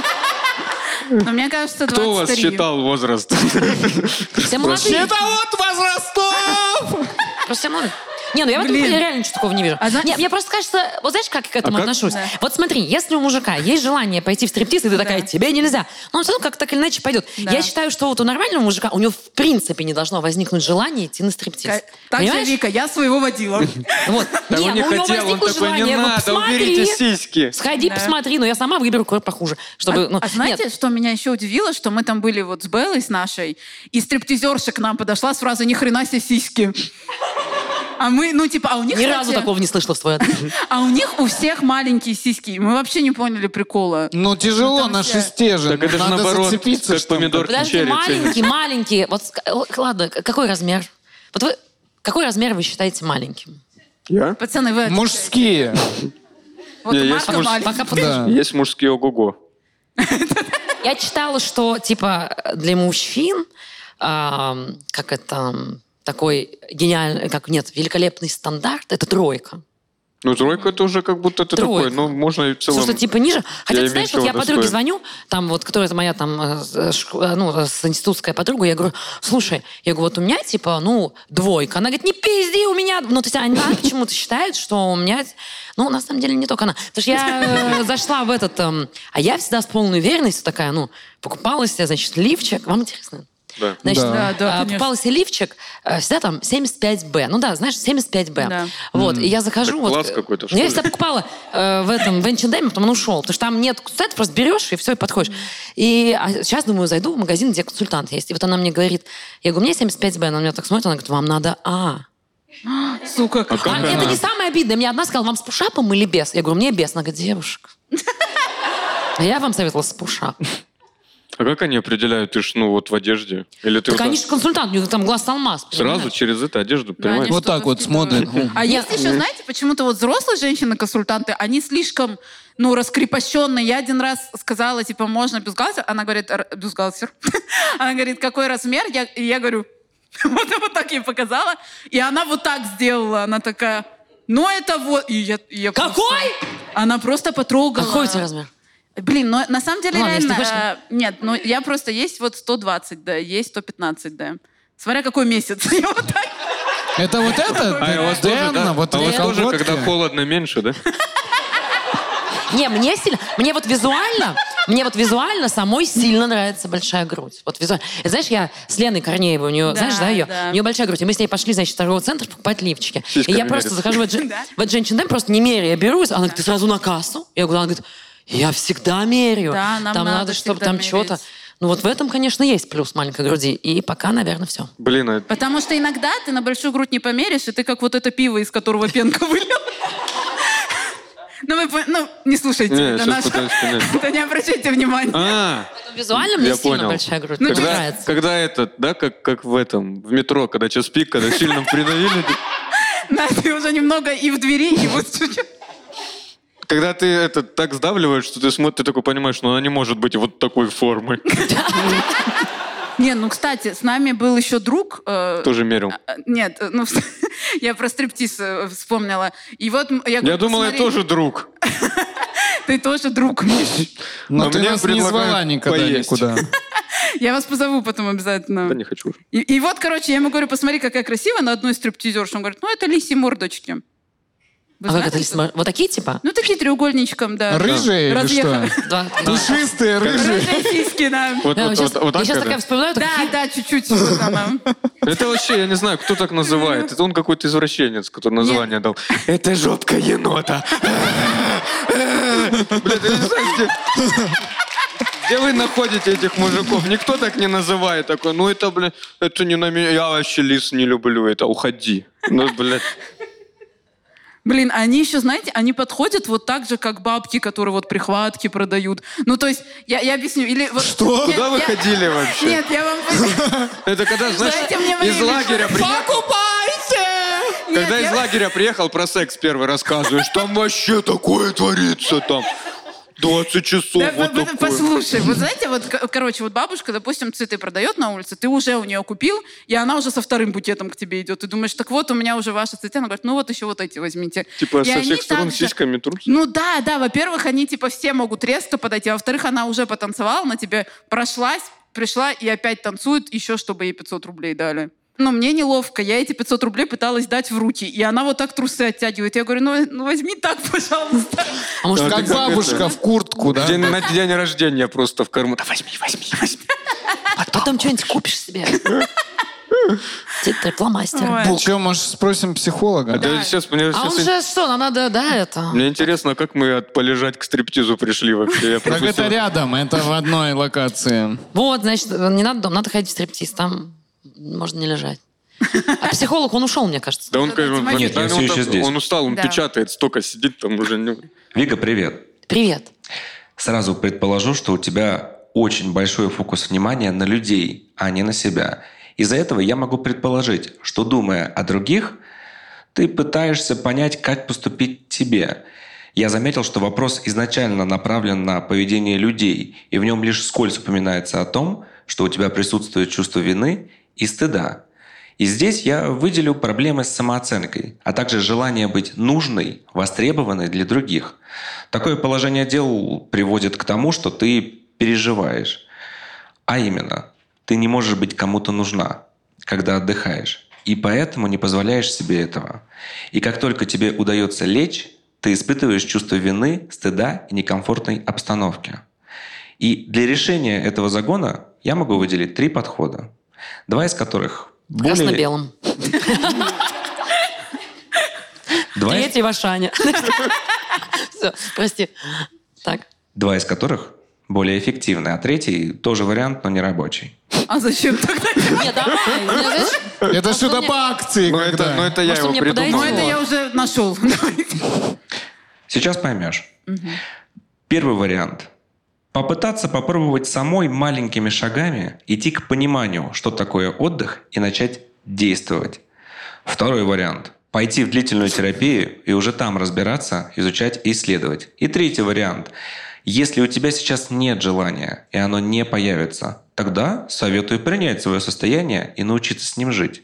Но мне кажется, Кто у вас двадцать три. считал возраст? Все молодые. Это вот возрастов! Просто все молодые. Не, ну я в этом Блин. деле реально ничего такого не вижу. А знаете- Не, мне просто кажется, вот знаешь, как я к этому А как? отношусь? Да. Вот смотри, если у мужика есть желание пойти в стриптиз, и ты такая, тебе нельзя, но он все равно как так или иначе пойдет. Да. Я считаю, что вот у нормального мужика, у него в принципе не должно возникнуть желание идти на стриптиз. Ка- Так же, Понимаешь? Вика, я своего водила. Вот. Да Не, он не ну, у него хотел, он возникло такой, не желание, ну, надо, уберите посмотри. сиськи. Сходи, Да. посмотри, но я сама выберу какой похуже. Чтобы, А, ну, а знаете, нет. что меня еще удивило, что мы там были вот с Беллой, с нашей, и стриптизерша к нам подошла с фразой «Ни хрена себе сиськи». А мы, ну типа, а у них... Ни разу кстати, такого не слышала в свой адрес. А у них у всех маленькие сиськи. И мы вообще не поняли прикола. Ну тяжело там на все- шесте же. Так это же Надо наоборот, зацепиться, как что ли. помидор Подожди, черри. маленькие, маленькие. Вот, ска- л- ладно, к- какой размер? Вот вы, какой размер вы считаете маленьким? Я? Пацаны, вы... Мужские. Вот Не, у есть Марка муж- маленький. Пока подожди. Да. Есть мужские ого-го. Я читала, что типа для мужчин, ам, как это, м, такой гениальный, как нет, великолепный стандарт, это тройка. Ну, тройка это уже как будто ты Тройка. такой, ну, можно и в целом... Слушай, типа ниже. Хотя, ты знаешь, вот я меньшего подруге достоин. звоню, там вот, которая моя там, э, шк- э, ну, с институтская подруга, я говорю, слушай, я говорю, вот у меня, типа, ну, двойка. Она говорит, не пизди, у меня... Ну, то есть она почему-то считает, что у меня... Ну, на самом деле, не только она. Потому что я э, зашла в этот... эм, а я всегда с полной уверенностью такая, ну, покупала себе, значит, лифчик. Вам интересно? Да. Значит, Да. Да, да, а, конечно. покупала себе лифчик, э, всегда там семьдесят пять бэ. Ну да, знаешь, семьдесят пять бэ. Да. Вот, и я захожу... Так вот, класс э, какой-то, в Я школе. всегда покупала э, в этом, в эйч энд эм, потом он ушел. Потому что там нет... Ты просто берешь, и все, и подходишь. И а сейчас, думаю, зайду в магазин, где консультант есть. И вот она мне говорит, я говорю, мне семьдесят пять бэ. Она на меня так смотрит, она говорит, вам надо А. Сука. А как А, она? это не самое обидное. Мне одна сказала, вам с пушапом или без? Я говорю, мне без. Она говорит, девушка. А я вам советовала с пушапом. А как они определяют? Ты ж, ну, вот в одежде? Или ты Так вот они так же консультант, у них там глаз алмаз. сразу понимаешь? через это одежду, Да, понимаешь? они Вот что-то так вот впитывают. смотрят. А есть еще, знаете, почему-то вот взрослые женщины-консультанты, они слишком, ну, раскрепощенные. Я один раз сказала, типа, можно бюстгальтер? Она говорит, «Р- бюстгальтер. Она говорит, какой размер? Я, и я говорю, вот, вот так ей показала. И она вот так сделала. Она такая, ну, это вот... И я, и я просто- Какой? Она просто потрогала. Какой у тебя размер? Блин, ну на самом деле Ладно, если реально... хочешь. э, нет, ну я просто есть вот сто двадцать, да, есть сто пятнадцать, да. Смотря какой месяц. Я вот так... Это вот это? А у вас тоже, Дерна, да? вот а у вас эти тоже, колготки? когда холодно, меньше, да? Не, мне сильно, мне вот визуально, мне вот визуально самой сильно нравится большая грудь. Вот визуально. Это, знаешь, я с Леной Корнеевой, у нее, Да, знаешь, да, ее, да. у нее большая грудь. И мы с ней пошли, значит, в торговый центр покупать лифчики. Сиськами И я просто мерить. захожу в этот Да. в этот женщин, просто не меряю, я берусь. Она говорит, ты сразу на кассу? Я говорю, она говорит, я всегда меряю. Да, нам там надо надо, чтобы всегда там мерить. что-то. Ну вот в этом, конечно, есть плюс маленькой груди. И пока, наверное, все. Блин, а Потому что иногда ты на большую грудь не померишь, и ты как вот это пиво, из которого пенка вылила. Ну, вы, по- ну, не слушайте. Не, это щас наше. пытаюсь понять. Да не обращайте внимания. А, Визуально мне Я сильно понял. большая грудь. Ну, Мне когда, нравится. когда этот, да, как, как в этом, в метро, когда час пик, когда сильно придавили, Да, ты уже немного и в двери, и вот чуть-чуть. когда ты это так сдавливаешь, что ты смотришь, ты такой понимаешь, что она не может быть вот такой формы. Не, ну, кстати, с нами был еще друг. э, Тоже мерил. а, Нет, э, ну, я про стриптиз э, вспомнила. И вот м- я Я говорю, думал, я посмотри, тоже друг. Ты тоже друг, Миш. Но А ты мне нас не предлагают звала никогда поесть. никуда. Я вас позову потом обязательно. Да не хочу уже. И, и вот, короче, я ему говорю, посмотри, какая красивая на одной стриптизерши. Он говорит, ну, это лиси мордочки. Вы А как знаете, это что- лисма- Вот такие типа? Ну, такие треугольничком, да. Рыжие или Разъехали. что? Два- Пушистые, рыжие. Рыжие сиськи, да. Вот, Я вот, сейчас, вот, вот я так сейчас это? такая вспоминаю, так Да, да, чуть-чуть. вот она. Это вообще, я не знаю, кто так называет. Это он какой-то извращенец, который название дал. Это жопка енота. Блядь, я не знаю, где... Где вы находите этих мужиков? Никто так не называет. Такой, ну это, блядь, это не на меня. Я вообще лис не люблю. Это уходи. Ну, блядь. Блин, они еще, знаете, они подходят вот так же, как бабки, которые вот прихватки продают. Ну, то есть, я, я объясню. Или вот, Что? Куда вы я- ходили вообще? Нет, я вам... Это когда, знаешь, Дайте мне из время. лагеря приехал... Покупайте! Когда Нет, из я- лагеря приехал, про секс первый рассказываешь. Там вообще такое творится там. двадцать часов Да, вот по- по- такое. послушай, вот знаете, вот, к- короче, вот бабушка, допустим, цветы продает на улице, ты уже у нее купил, и она уже со вторым букетом к тебе идет. Ты думаешь, так вот, у меня уже ваши цветы. Она говорит, ну вот еще вот эти возьмите. Типа И со они всех сторон так же- сиськами трутся. Ну да, да, во-первых, они типа все могут резко подойти, а во-вторых, она уже потанцевала, на тебе прошлась, пришла и опять танцует, еще чтобы ей пятьсот рублей дали. Но мне неловко, я эти пятьсот рублей пыталась дать в руки, и она вот так трусы оттягивает. Я говорю, ну, ну возьми так, пожалуйста. А может, Да, Как ты как бабушка это? в куртку, да? День, на день рождения просто в карман. Да возьми, возьми, возьми. потом что-нибудь купишь себе? Тетрадь, фломастер, Ой. бук. Че, может, спросим психолога? Да, сейчас, мне, А сейчас он ин- же что, нам надо, да, это... мне интересно, как мы от полежать к стриптизу пришли вообще. Я Так это профессионал. рядом, это в одной локации. Вот, значит, не надо дом, надо ходить в стриптиз, там можно не лежать. А психолог, он ушел, мне кажется. Да он, Вот эти он, мои- Нет, я он все еще так- здесь. он устал, он Да. печатает, столько сидит там уже. не- Вика, привет. Привет. Сразу предположу, что у тебя очень большой фокус внимания на людей, а не на себя. Из-за этого я могу предположить, что, думая о других, ты пытаешься понять, как поступить тебе. Я заметил, что вопрос изначально направлен на поведение людей, и в нем лишь вскользь упоминается о том, что у тебя присутствует чувство вины и стыда. И здесь я выделю проблемы с самооценкой, а также желание быть нужной, востребованной для других. Такое положение дел приводит к тому, что ты переживаешь. А именно, ты не можешь быть кому-то нужна, когда отдыхаешь, и поэтому не позволяешь себе этого. И как только тебе удается лечь, ты испытываешь чувство вины, стыда и некомфортной обстановки. И для решения этого загона я могу выделить три подхода, два из которых более... Красно-белым. Два... Третий в Ашане. Все, прости. Так. Два из которых более эффективны, а третий тоже вариант, но не рабочий. А зачем тогда? Нет, давай. У меня, знаешь, Это что-то мне- по акции. Ну это, когда. ну, это я Может, его мне придумал. Ну, подойдет? это я уже нашел. Сейчас поймешь. Первый вариант. Попытаться попробовать самой маленькими шагами идти к пониманию, что такое отдых, и начать действовать. Второй вариант. Пойти в длительную терапию и уже там разбираться, изучать и исследовать. И третий вариант. Если у тебя сейчас нет желания, и оно не появится, тогда советую принять свое состояние и научиться с ним жить.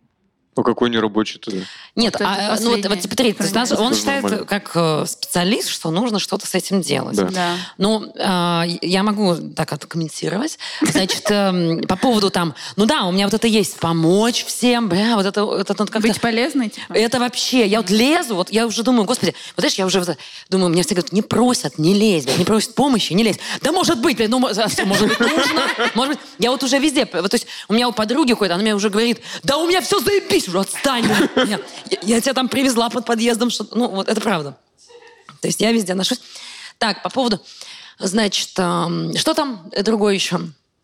Ну какой нерабочий тогда? Нет, Вот это а, ну, вот, последнее. вот, смотри, то есть нас- он Тоже считает, нормально. как э, специалист, что нужно что-то с этим делать. Да. Да. Ну, э, я могу так откомментировать. Значит, э, по поводу там, ну да, у меня вот это есть, помочь всем, бля, вот это, вот это как-то... Быть полезной, типа. Это вообще, я вот лезу, вот я уже думаю, господи, вот знаешь, я уже вот думаю, мне все говорят, не просят, не лезь, блядь, не просят помощи, не лезь. Да может быть, блядь, ну, мо- а что, может быть, нужно, может быть. Я вот уже везде, вот, то есть у меня у подруги какой-то, она мне уже говорит, да у меня все заебись, уже отстань. Я, я- я тебя там привезла под подъездом, что ну, вот это правда. То есть я везде ношусь. Так, по поводу, значит, эм, что там другое еще?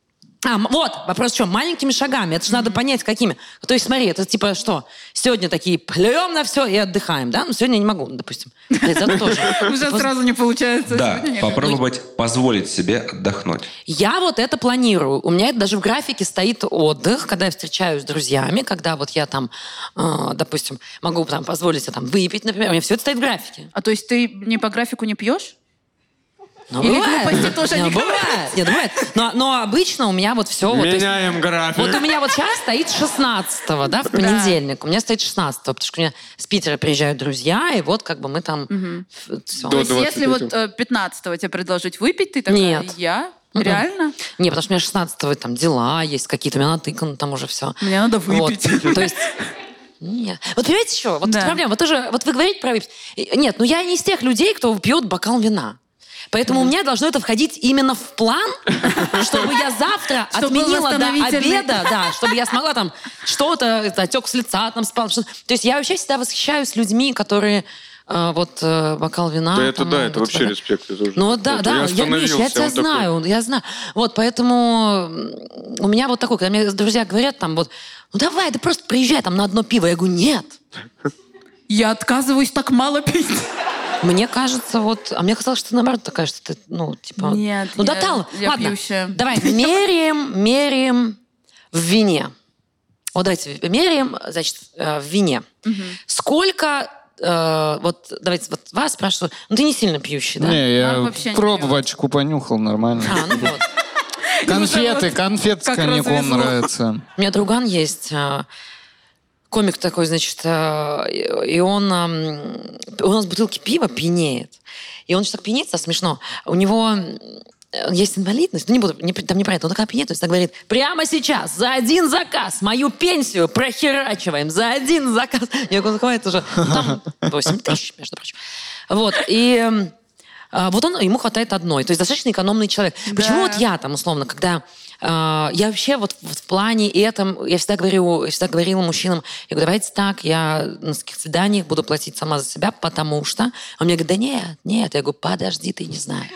А, м- вот, вопрос в чем? Маленькими шагами. Это же надо понять, какими. То есть, смотри, это типа что? Сегодня такие плюем на все и отдыхаем, да? Ну, сегодня я не могу, допустим. Блядь, зато тоже. Уже Поз- сразу не получается. Да, Сегодня нет. попробовать позволить себе отдохнуть. Я вот это планирую. У меня это даже в графике стоит отдых, когда я встречаюсь с друзьями, когда вот я там, э, допустим, могу там позволить себе там выпить, например. У меня все это стоит в графике. А то есть ты не по графику не пьешь? Ну, Или бывает. глупости тоже Нет, не бывает. Нет, бывает. Но, но обычно у меня вот все... Вот, то есть- Меняем график. Вот у меня вот сейчас стоит шестнадцатого, да, в понедельник. У меня стоит шестнадцатого, потому что у меня с Питера приезжают друзья, и вот как бы мы там... Все. То есть двадцать если третьего. вот э, пятнадцатого тебе предложить выпить, ты такая, Нет. я? Мгм. Реально? Не, потому что у меня шестнадцатого там дела есть какие-то, у меня натыкано там уже все. Мне надо выпить. Вот. То есть... Нет. Вот понимаете, что? Вот Да. тут проблема. Вот, тоже, вот вы говорите про выпить. И- Нет, ну я не из тех людей, кто пьет бокал вина. Поэтому у меня должно это входить именно в план, чтобы я завтра Чтобы был отменила до восстановительный. обеда, да, чтобы я смогла там что-то, это, отек с лица там спал. что- То есть я вообще всегда восхищаюсь людьми, которые э, вот э, бокал вина. Да это там, да, вот это вообще это- респект. я тоже. Ну вот да, Вот да, я я, Миш, остановился, я тебя он такой, знаю, я знаю. Вот, поэтому м, у меня вот такой, когда мне друзья говорят там вот, ну давай, ты просто приезжай там на одно пиво. Я говорю, нет. Я отказываюсь так мало пить. Мне кажется, вот... А мне казалось, что ты, наоборот, такая, что ты, ну, типа... Нет, ну, я- до тала. я Ладно, пьющая. давай, меряем, меряем в вине. Вот давайте меряем, значит, э, в вине. Сколько... э, вот, давайте, вот вас спрашиваю. Ну, ты не сильно пьющий, да? Не, я Нам вообще не пробовачку понюхал нормально. А, ну вот. Конфеты, конфет с как коньяком развезло. нравится. У меня друган есть, э, комик такой, значит, э, и он... эм, у нас бутылки пива пьянеет. И он еще так пьянеет, это смешно. У него э, есть инвалидность, ну не буду, не, там не про это, он такая пьянеет, то есть так говорит, прямо сейчас за один заказ мою пенсию прохерачиваем, за один заказ. Я говорю, хватит уже. Ну, там восемь тысяч, между прочим. Вот, и... эм, а, вот он, ему хватает одной. То есть достаточно экономный человек. Да. Почему вот я там, условно, когда... э, я вообще вот в, в плане этом... Я всегда говорю, я всегда говорила мужчинам, я говорю, давайте так, я на таких свиданиях буду платить сама за себя, потому что... Он мне говорит, да нет, нет. Я говорю, подожди, ты не знаешь.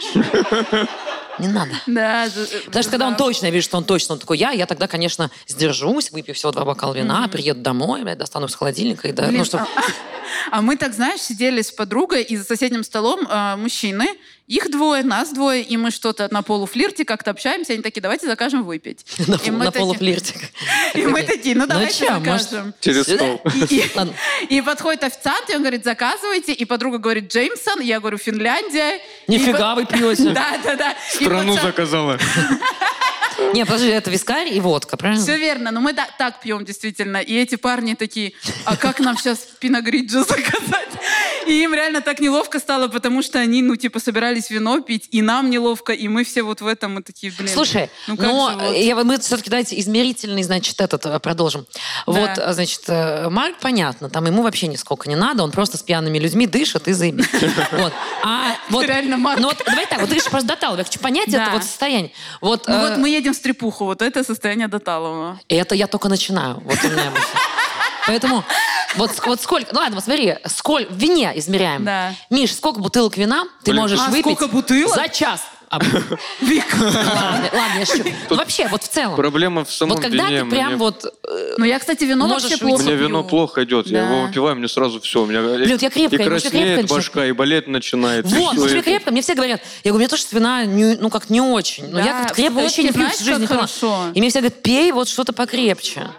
Не надо. Да. Потому что когда он точно, я вижу, что он точно он такой я, я тогда, конечно, сдержусь, выпью всего два бокала вина, приеду домой, блядь, достану из холодильника. И, да, Блин, ну, чтоб- а, а мы так, знаешь, сидели с подругой, и за соседним столом э, мужчины, их двое, нас двое, и мы что-то на полуфлирте как-то общаемся, они такие, давайте закажем выпить. на, И мы на такие- полуфлиртик. И мы такие, ну давайте чё, может, закажем. Через сюда? стол. И, Ладно. и подходит официант, и он говорит, заказывайте. И подруга говорит, Джеймсон. Я говорю, Финляндия. Нифига И вы пьете. по- Да, да, да. И Страну пацан- заказала. Не, подожди, это вискарь и водка, правильно? Все верно, но мы да- так пьем действительно. И эти парни такие, а как нам сейчас пиногриджо заказать? И им реально так неловко стало, потому что они, ну, типа, собирались вино пить, и нам неловко, и мы все вот в этом, мы такие, блин. Слушай, ну, как но же вот? я, мы все-таки давайте измерительный, значит, этот э, продолжим. Вот, Да. значит, э, Марк, понятно, там ему вообще нисколько не надо, он просто с пьяными людьми дышит и заебись. Вот. А вот, Реально, Марк. ну вот давай так, вот ты же просто Доталова, я хочу понять Да. это вот состояние. Вот, Ну э, вот мы едем в стрепуху, вот это состояние Доталова. это я только начинаю. Вот у меня мысль. Поэтому вот, ск- вот сколько... Ну ладно, вот смотри, сколько... В вине измеряем. Да. Миш, сколько бутылок вина ты Блин. можешь А выпить сколько бутылок? за час? А, Ладно, ладно, я шучу. Ну, вообще, вот в целом. Проблема в самом Вот когда вине. ты прям мне... вот... э, Ну я, кстати, вино Можешь вообще выйти. плохо Мне вино пью. плохо идет. Я Да. его выпиваю, мне сразу все. У меня Блин, вот я крепкая, и я вообще краснеет крепкая башка, и болеть начинает. и Вот, всё ну тебе это. крепко, мне все говорят. Я говорю, у меня тоже с вина, не- ну как не очень. Но Да, я как крепко в вообще не водке пью знаешь, всю жизнь. как не пила. хорошо. И мне все говорят, пей вот что-то покрепче.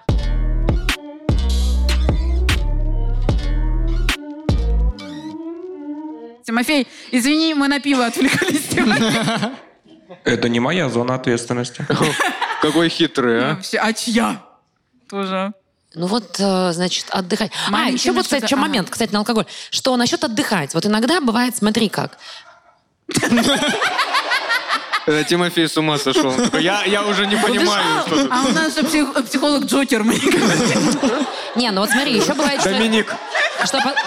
Тимофей, извини, мы на пиво отвлекались. Тимофей. Это не моя зона ответственности. Какой хитрый, а? Вообще, а чья? Тоже. Ну вот, э, значит, отдыхать. А, Маленький еще вот, кстати, насчет- еще ага. момент, кстати, на алкоголь. Что насчет отдыхать? Вот иногда бывает, смотри как. Это Тимофей с ума сошел. Он такой, Я я уже не понимаю, что тут. А у нас же псих- психолог Джокер, мы не говорим. Не, ну вот смотри, еще бывает, что... Доминик. что по-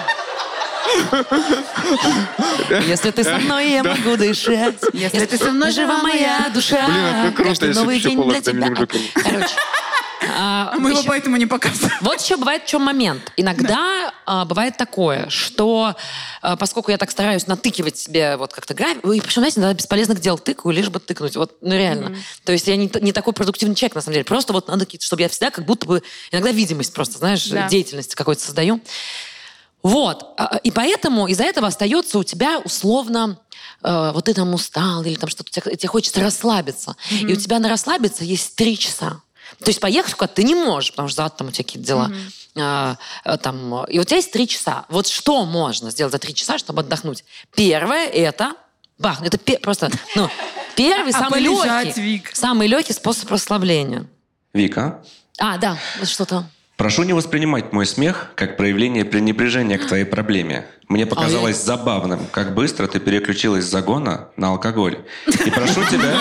Если ты со мной, я могу дышать. Если ты со мной, жива моя душа. Блин, а как круто, Каждый если новый день психолог для тебя. Доминик Джокер. Короче. а, А мы его еще- поэтому не показываем. Вот еще бывает в чем момент. Иногда а, бывает такое, что а, поскольку я так стараюсь натыкивать себе вот как-то график, и причем, знаете, иногда бесполезных дел тыкаю, лишь бы тыкнуть. Вот, ну реально. То есть я не, т- не такой продуктивный человек, на самом деле. Просто вот надо, какие-то, чтобы я всегда как будто бы... Иногда видимость просто, знаешь, Да. деятельности какой-то создаю. Вот. А, И поэтому из-за этого остается у тебя условно... э, вот ты там устал, или там что-то, тебе, тебе хочется расслабиться. И у тебя на расслабиться есть три часа. То есть поехать куда-то ты не можешь, потому что завтра там у тебя какие-то дела. А, а, там, и у тебя есть три часа. Вот что можно сделать за три часа, чтобы отдохнуть? Первое – это бах. Это пе- просто, ну, первый, А самый полежать, легкий, Вик? самый легкий способ расслабления. Вика, А, да, вот что-то. прошу не воспринимать мой смех как проявление пренебрежения к твоей проблеме. Мне показалось забавным, как быстро ты переключилась с загона на алкоголь. И прошу тебя...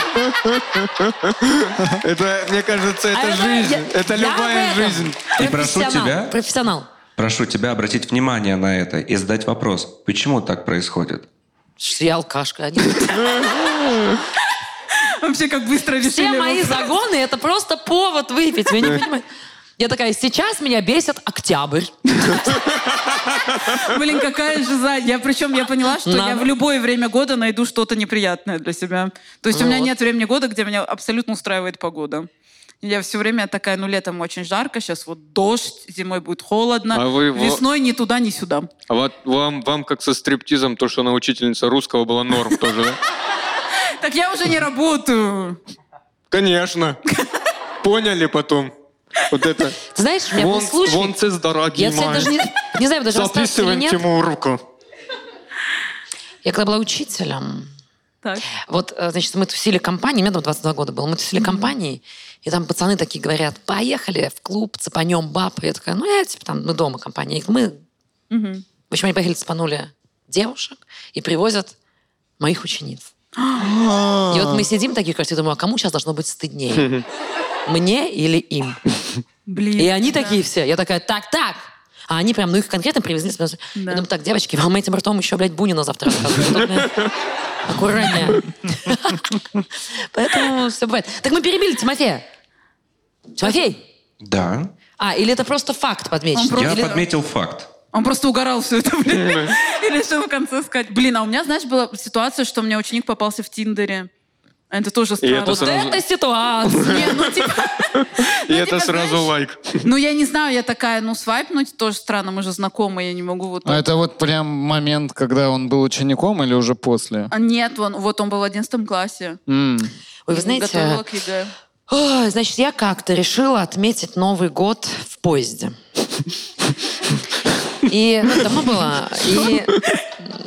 Это, мне кажется, это А жизнь. я- Это я любая в этом жизнь. И прошу профессионал, тебя- Профессионал. Прошу тебя обратить внимание на это и задать вопрос, почему так происходит? Что я алкашка. Они- Вообще, как быстро решили. Все мои вопрос. загоны – это просто повод выпить. Вы не понимаете? Я такая, сейчас меня бесит октябрь. Блин, какая же за... Я причем я поняла, что Надо. я в любое время года найду что-то неприятное для себя. То есть у меня Вот. нет времени года, где меня абсолютно устраивает погода. Я все время такая, ну летом очень жарко, сейчас вот дождь, зимой будет холодно, А вы его- весной ни туда, ни сюда. А вот вам, вам как со стриптизом, то, что она учительница русского была норм тоже, да? Так я уже не работаю. Конечно. Поняли потом. Вот это. Ты знаешь, у меня был Вон, случай... вон це дорогий Я, кстати, мой. даже не, не знаю, даже рассказывать или Записываем нет. Тимурку. Я когда была учителем, Так. вот, э, значит, мы тусили компанией, мне там двадцать два года было, мы тусили компанией, и там пацаны такие говорят, поехали в клуб, цепанем баб. И я такая, ну, я, типа, там, мы дома компания. И мы... Мгм. В общем, они поехали, цепанули девушек и привозят моих учениц. И вот мы сидим такие, кажется, я думаю, а кому сейчас должно быть стыднее? Мне или им? Блин. И они да. такие все. Я такая, так, так. А они прям, ну их конкретно привезли. Я Да. думаю, так, девочки, вам этим ртом еще, блядь, Бунина завтра рассказывают. Аккуратнее. Поэтому все бывает. Так мы перебили Тимофея. Тимофей. Да, А, или это просто факт подмечен? Он я Или- подметил факт. Он просто угорал все это, блин. И решил в конце сказать. Блин, а у меня, знаешь, была ситуация, что у меня ученик попался в Тиндере. Это тоже странно. это Вот сразу- это ситуация. Не, ну, типа, И это типа, сразу знаешь, лайк. ну, я не знаю, я такая, ну, свайпнуть тоже странно, мы же знакомы, я не могу вот А так. это вот прям момент, когда он был учеником или уже после? А нет, он, вот он был в одиннадцатом классе. М. Ой, вы знаете, Готовила к ЕГЭ. ой, значит, я как-то решила отметить Новый год в поезде. И ну, давно было. И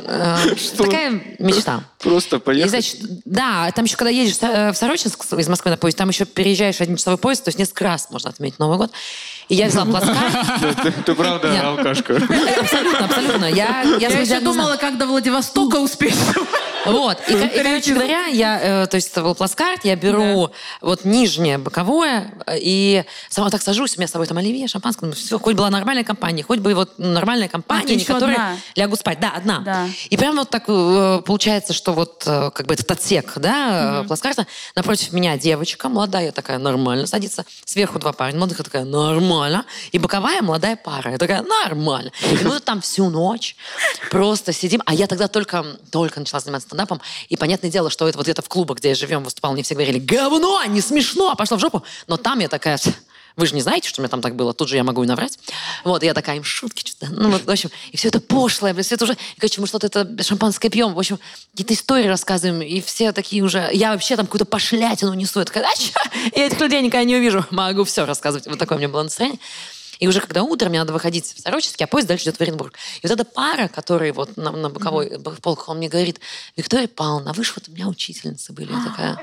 Э, такая мечта. Просто И, поехать. значит, да, там еще, когда едешь э, в Сорочинск из Москвы на поезд, там еще переезжаешь один часовой поезд, то есть несколько раз можно отметить Новый год. И я взяла плацкарт. Да, Ты ты правда Нет. алкашка. Абсолютно, абсолютно. Я, я, Я свой еще диагноз знаю. думала, как до Владивостока успеть. Вот. И, ко- и, короче говоря, я, э, то есть это был плацкарт, я беру вот нижнее боковое э, и сама так сажусь, у меня с собой там оливье, шампанское, ну, все, хоть была нормальная компания, хоть бы вот нормальная компания, А, ты не еще которая одна? лягу спать. Да, одна. Да. И прям вот так э, получается, что вот э, как бы этот отсек, да, э, плацкарта, напротив меня девочка молодая такая, нормально, садится, сверху два парня, молодых такая, нормально, и боковая молодая пара, я такая, нормально. И мы вот там всю ночь просто сидим, а я тогда только, только начала заниматься стендапом, и понятное дело, что это вот где-то в клубах, где я живем, выступал, мне все говорили, говно, не смешно, пошла в жопу. Но там я такая, вы же не знаете, что у меня там так было, тут же я могу и наврать. Вот, и я такая, им шутки что-то. Ну вот, в общем, и все это пошлое, блядь, все это уже, и, короче, мы что-то это шампанское пьем, в общем, какие-то истории рассказываем, и все такие уже, я вообще там какую-то пошлятину несу, я такая, а чё? Я этих людей никогда не увижу, могу все рассказывать. Вот такое у меня было настроение. И уже когда утром, мне надо выходить в Сорочинск, а поезд дальше идет в Оренбург. И вот эта пара, которая вот на, на боковой mm-hmm. полках, он мне говорит, Виктория Павловна, а вы же вот у меня учительницы были. Я такая...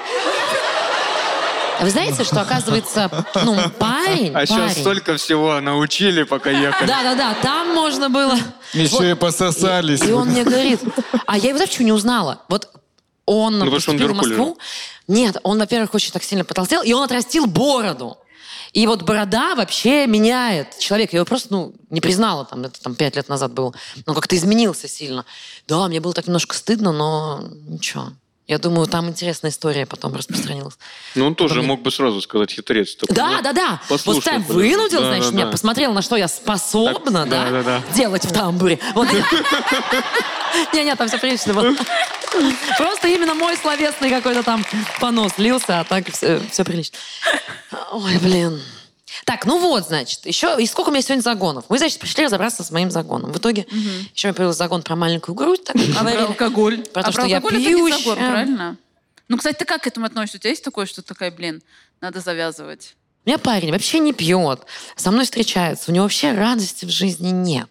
А вы знаете, что, оказывается, ну, парень... А сейчас парень, столько всего научили, пока ехали. да-да-да, там можно было... Еще Вот. и пососались. И, и он мне говорит... А я его, знаешь, почему не узнала? Вот он Ну, потому что он поступил в дурку Москву. Нет, он, во-первых, очень так сильно потолстел, и он отрастил бороду. И вот борода вообще меняет человека. Я его просто, ну, не признала, там, это там пять лет назад было. Он как-то изменился сильно. Да, мне было так немножко стыдно, но ничего. Я думаю, там интересная история потом распространилась. Ну, он тоже Потом- мог бы сразу сказать хитрец. такой, Да, ну, да, да. послушай, Вот Стэн подожди. вынудил, Да, значит, да, меня, да. посмотрел, на что я способна, Так, да, да, да, да. делать в тамбуре. Вот. Не-не, там все прилично было. Просто именно мой словесный какой-то там понос лился, а так все, все прилично. Ой, блин. Так, ну вот, значит, еще... И сколько у меня сегодня загонов? Мы, значит, пришли разобраться с моим загоном. В итоге еще у меня появился загон про маленькую грудь, так Про говорили. алкоголь. Про то, а что про я алкоголь это не пьющая. загон, правильно? Ну, кстати, ты как к этому относишься? У тебя есть такое, что такая, блин, надо завязывать? У меня парень вообще не пьет, со мной встречается, у него вообще радости в жизни нет.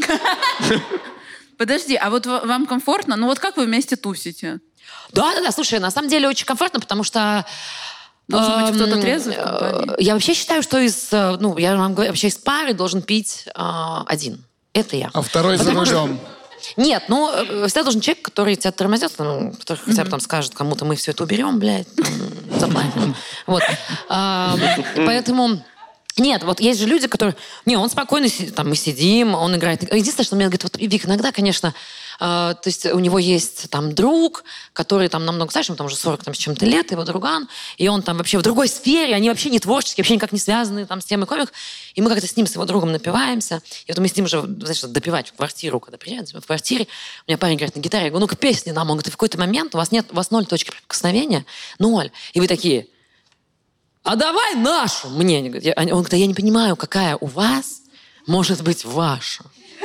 Подожди, а вот в- вам комфортно? Ну вот как вы вместе тусите? Да-да-да, слушай, на самом деле очень комфортно, потому что... Должен быть эм, кто-то трезвый в э, компании. Я вообще считаю, что из, э, ну, я вам говорю, вообще из пары должен пить э, один. Это я. А второй за Потому что- рулем. Нет, ну, э, всегда должен человек, который тебя тормозет, ну, который хотя бы там скажет кому-то, мы все это уберем, блядь, м, заплатим. Вот. А, Поэтому... Нет, вот есть же люди, которые... Не, он спокойно сидит, там мы сидим, он играет. Единственное, что мне говорит, вот, Вик, иногда, конечно, э, то есть у него есть там друг, который там намного старше, ему там уже сорок там, с чем-то лет, его друган, и он там вообще в другой сфере, они вообще не творческие, вообще никак не связаны там с темой комик. И мы как-то с ним, с его другом напиваемся. И вот мы с ним уже, знаешь, допивать в квартиру, когда приезжаем, в квартире, у меня парень играет на гитаре, я говорю, ну-ка песни нам. Он говорит, в какой-то момент у вас нет, у вас ноль точки прикосновения, ноль. И вы такие... А давай нашу мне. Они говорят, я- они- Он говорит, а я не понимаю, какая у вас может быть ваша.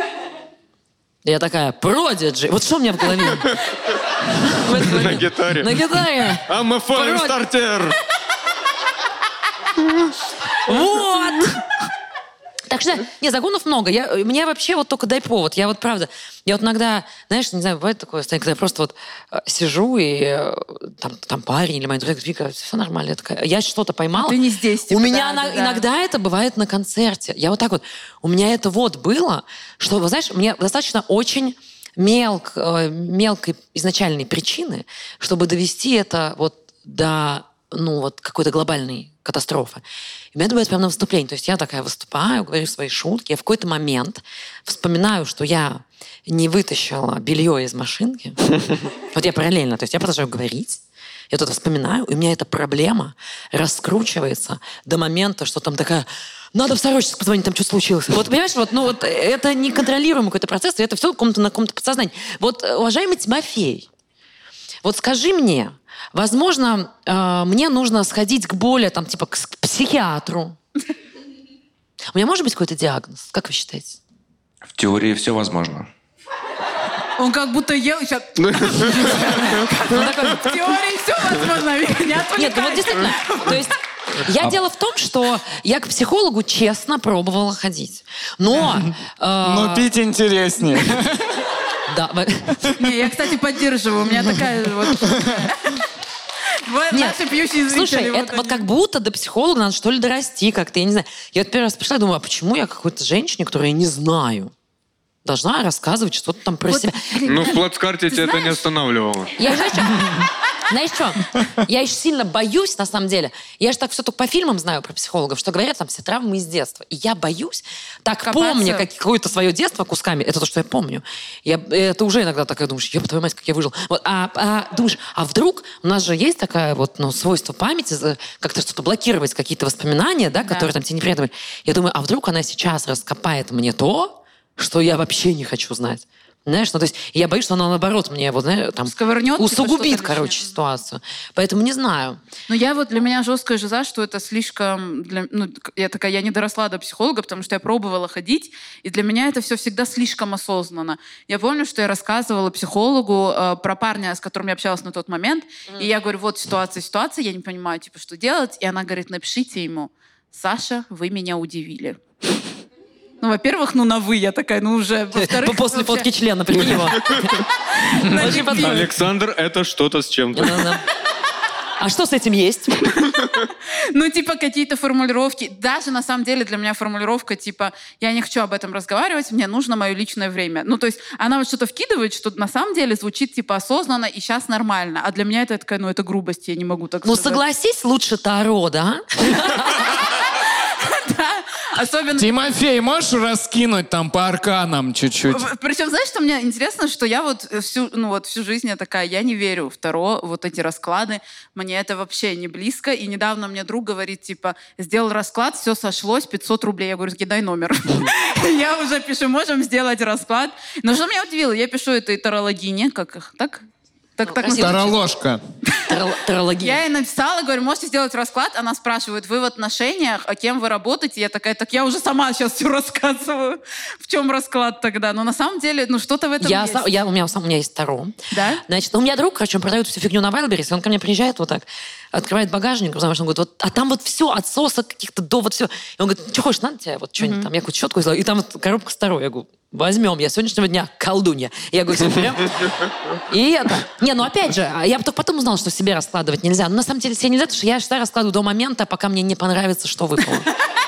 Я такая, продиджи. Вот что у меня в голове? В этот На момент. гитаре. На гитаре. I'm a fire Пароль. starter. Вот. Так что, не, загонов много. Я, мне вообще вот только дай повод. Я вот правда, я вот иногда, знаешь, не знаю, бывает такое состояние, когда я просто вот э, сижу, и э, там, там парень или моя друзья говорят, Вика, все нормально. Я такая, я что-то поймала. А ты не здесь, типа, У меня да, на- да, да. иногда это бывает на концерте. Я вот так вот, у меня это вот было, что, вы знаешь, мне достаточно очень мелк, э, мелкой изначальной причины, чтобы довести это вот до, ну, вот какой-то глобальной катастрофы. И у меня это бывает прямо на выступлении. То есть я такая выступаю, говорю свои шутки, я в какой-то момент вспоминаю, что я не вытащила белье из машинки. Вот я параллельно, то есть я продолжаю говорить, я тут вспоминаю, и у меня эта проблема раскручивается до момента, что там такая... Надо в Сорочинск позвонить, там что случилось. Вот, понимаешь, вот, ну, вот это неконтролируемый какой-то процесс, и это все каком-то, на каком-то подсознании. Вот, уважаемый Тимофей, вот скажи мне, возможно, э, мне нужно сходить к более, там, типа, к, с- к психиатру. У меня может быть какой-то диагноз? Как вы считаете? В теории все возможно. Он как будто ел сейчас... Ну, такой, В теории все возможно, Вика, не нет, ну вот отвлекайся. действительно, то есть я дело в том, что я к психологу честно пробовала ходить. Но... э, Но пить интереснее. Да. Не, я, кстати, поддерживаю. У меня такая вот... Вот Нет. наши пьющие зрители. Слушай, вот это они. вот как будто до психолога надо что ли дорасти как-то, я не знаю. Я вот первый раз пришла и думаю, а почему я какой-то женщине, которую я не знаю, должна рассказывать что-то там про Вот, себя? блин, Ну, в Надь, плацкарте ты тебя это не знаешь? останавливало. Я, знаешь, что? Знаешь что? Я еще сильно боюсь, на самом деле. Я же так все только по фильмам знаю про психологов, что говорят там все травмы из детства. И я боюсь, так Копаться. помня как, какое-то свое детство кусками, это то, что я помню. Я, это уже иногда такая думаешь, еб твою мать, как я выжил. Вот, а, а думаешь, а вдруг у нас же есть такое вот, ну, свойство памяти, за- как-то что-то блокировать, какие-то воспоминания, да, которые там тебе неприятны. Я думаю, а вдруг она сейчас раскопает мне то, что я вообще не хочу знать. Знаешь, ну то есть я боюсь, что она наоборот мне вот, знаешь, там Сковырнет, типа, усугубит, что-то короче, лишнее. ситуацию. Поэтому не знаю. Ну, я вот, для меня жесткая жиза, что это слишком... Для, ну, я такая, я не доросла до психолога, потому что я пробовала ходить, и для меня это все всегда слишком осознанно. Я помню, что я рассказывала психологу э, про парня, с которым я общалась на тот момент, mm. и я говорю, вот ситуация, ситуация, я не понимаю, типа, что делать, и она говорит, напишите ему, Саша, вы меня удивили. Ну, во-первых, ну, на «вы» я такая, ну, уже, во-вторых... После вообще- фотки члена, прикинь его. На Очень любви. подходит. Александр, это что-то с чем-то. Да-да. А что с этим есть? Ну, типа, какие-то формулировки. Даже, на самом деле, для меня формулировка, типа, я не хочу об этом разговаривать, мне нужно мое личное время. Ну, то есть, она вот что-то вкидывает, что на самом деле звучит, типа, осознанно и сейчас нормально. А для меня это такая, ну, это грубость, я не могу так Ну, сказать. согласись, лучше Таро, да? Да. Особенно... Тимофей, можешь раскинуть там по арканам чуть-чуть? Причем, знаешь, что мне интересно, что я вот всю, ну вот всю жизнь я такая, я не верю в Таро, вот эти расклады, мне это вообще не близко. И недавно мне друг говорит, типа, сделал расклад, все сошлось, пятьсот рублей. Я говорю, кидай номер. Я уже пишу, можем сделать расклад. Но что меня удивило, я пишу этой тарологине, как их, так? Так, так красиво. Тароложка. Таро- Тарология. Я ей написала, говорю, можете сделать расклад? Она спрашивает, вы в отношениях, а кем вы работаете? Я такая, так я уже сама сейчас все рассказываю. В чем расклад тогда? Но на самом деле, ну что-то в этом Я, есть. сам- я, у, меня, сам- у меня есть Таро. Да? Значит, ну, у меня друг, короче, он продает всю фигню на Вайлдберрисе, он ко мне приезжает вот так, открывает багажник, потому что он говорит, вот, а там вот все, от соуса каких-то до вот все. И он говорит, что хочешь, надо тебе вот что-нибудь там? Я какую-то щетку взяла, и там вот коробка с Таро. Я говорю, возьмем, я с сегодняшнего дня колдунья. Я говорю, себе прям. И это. Не, ну опять же, я только потом узнала, что себе раскладывать нельзя. Но на самом деле себе нельзя, потому что я всегда раскладываю до момента, пока мне не понравится, что выпало.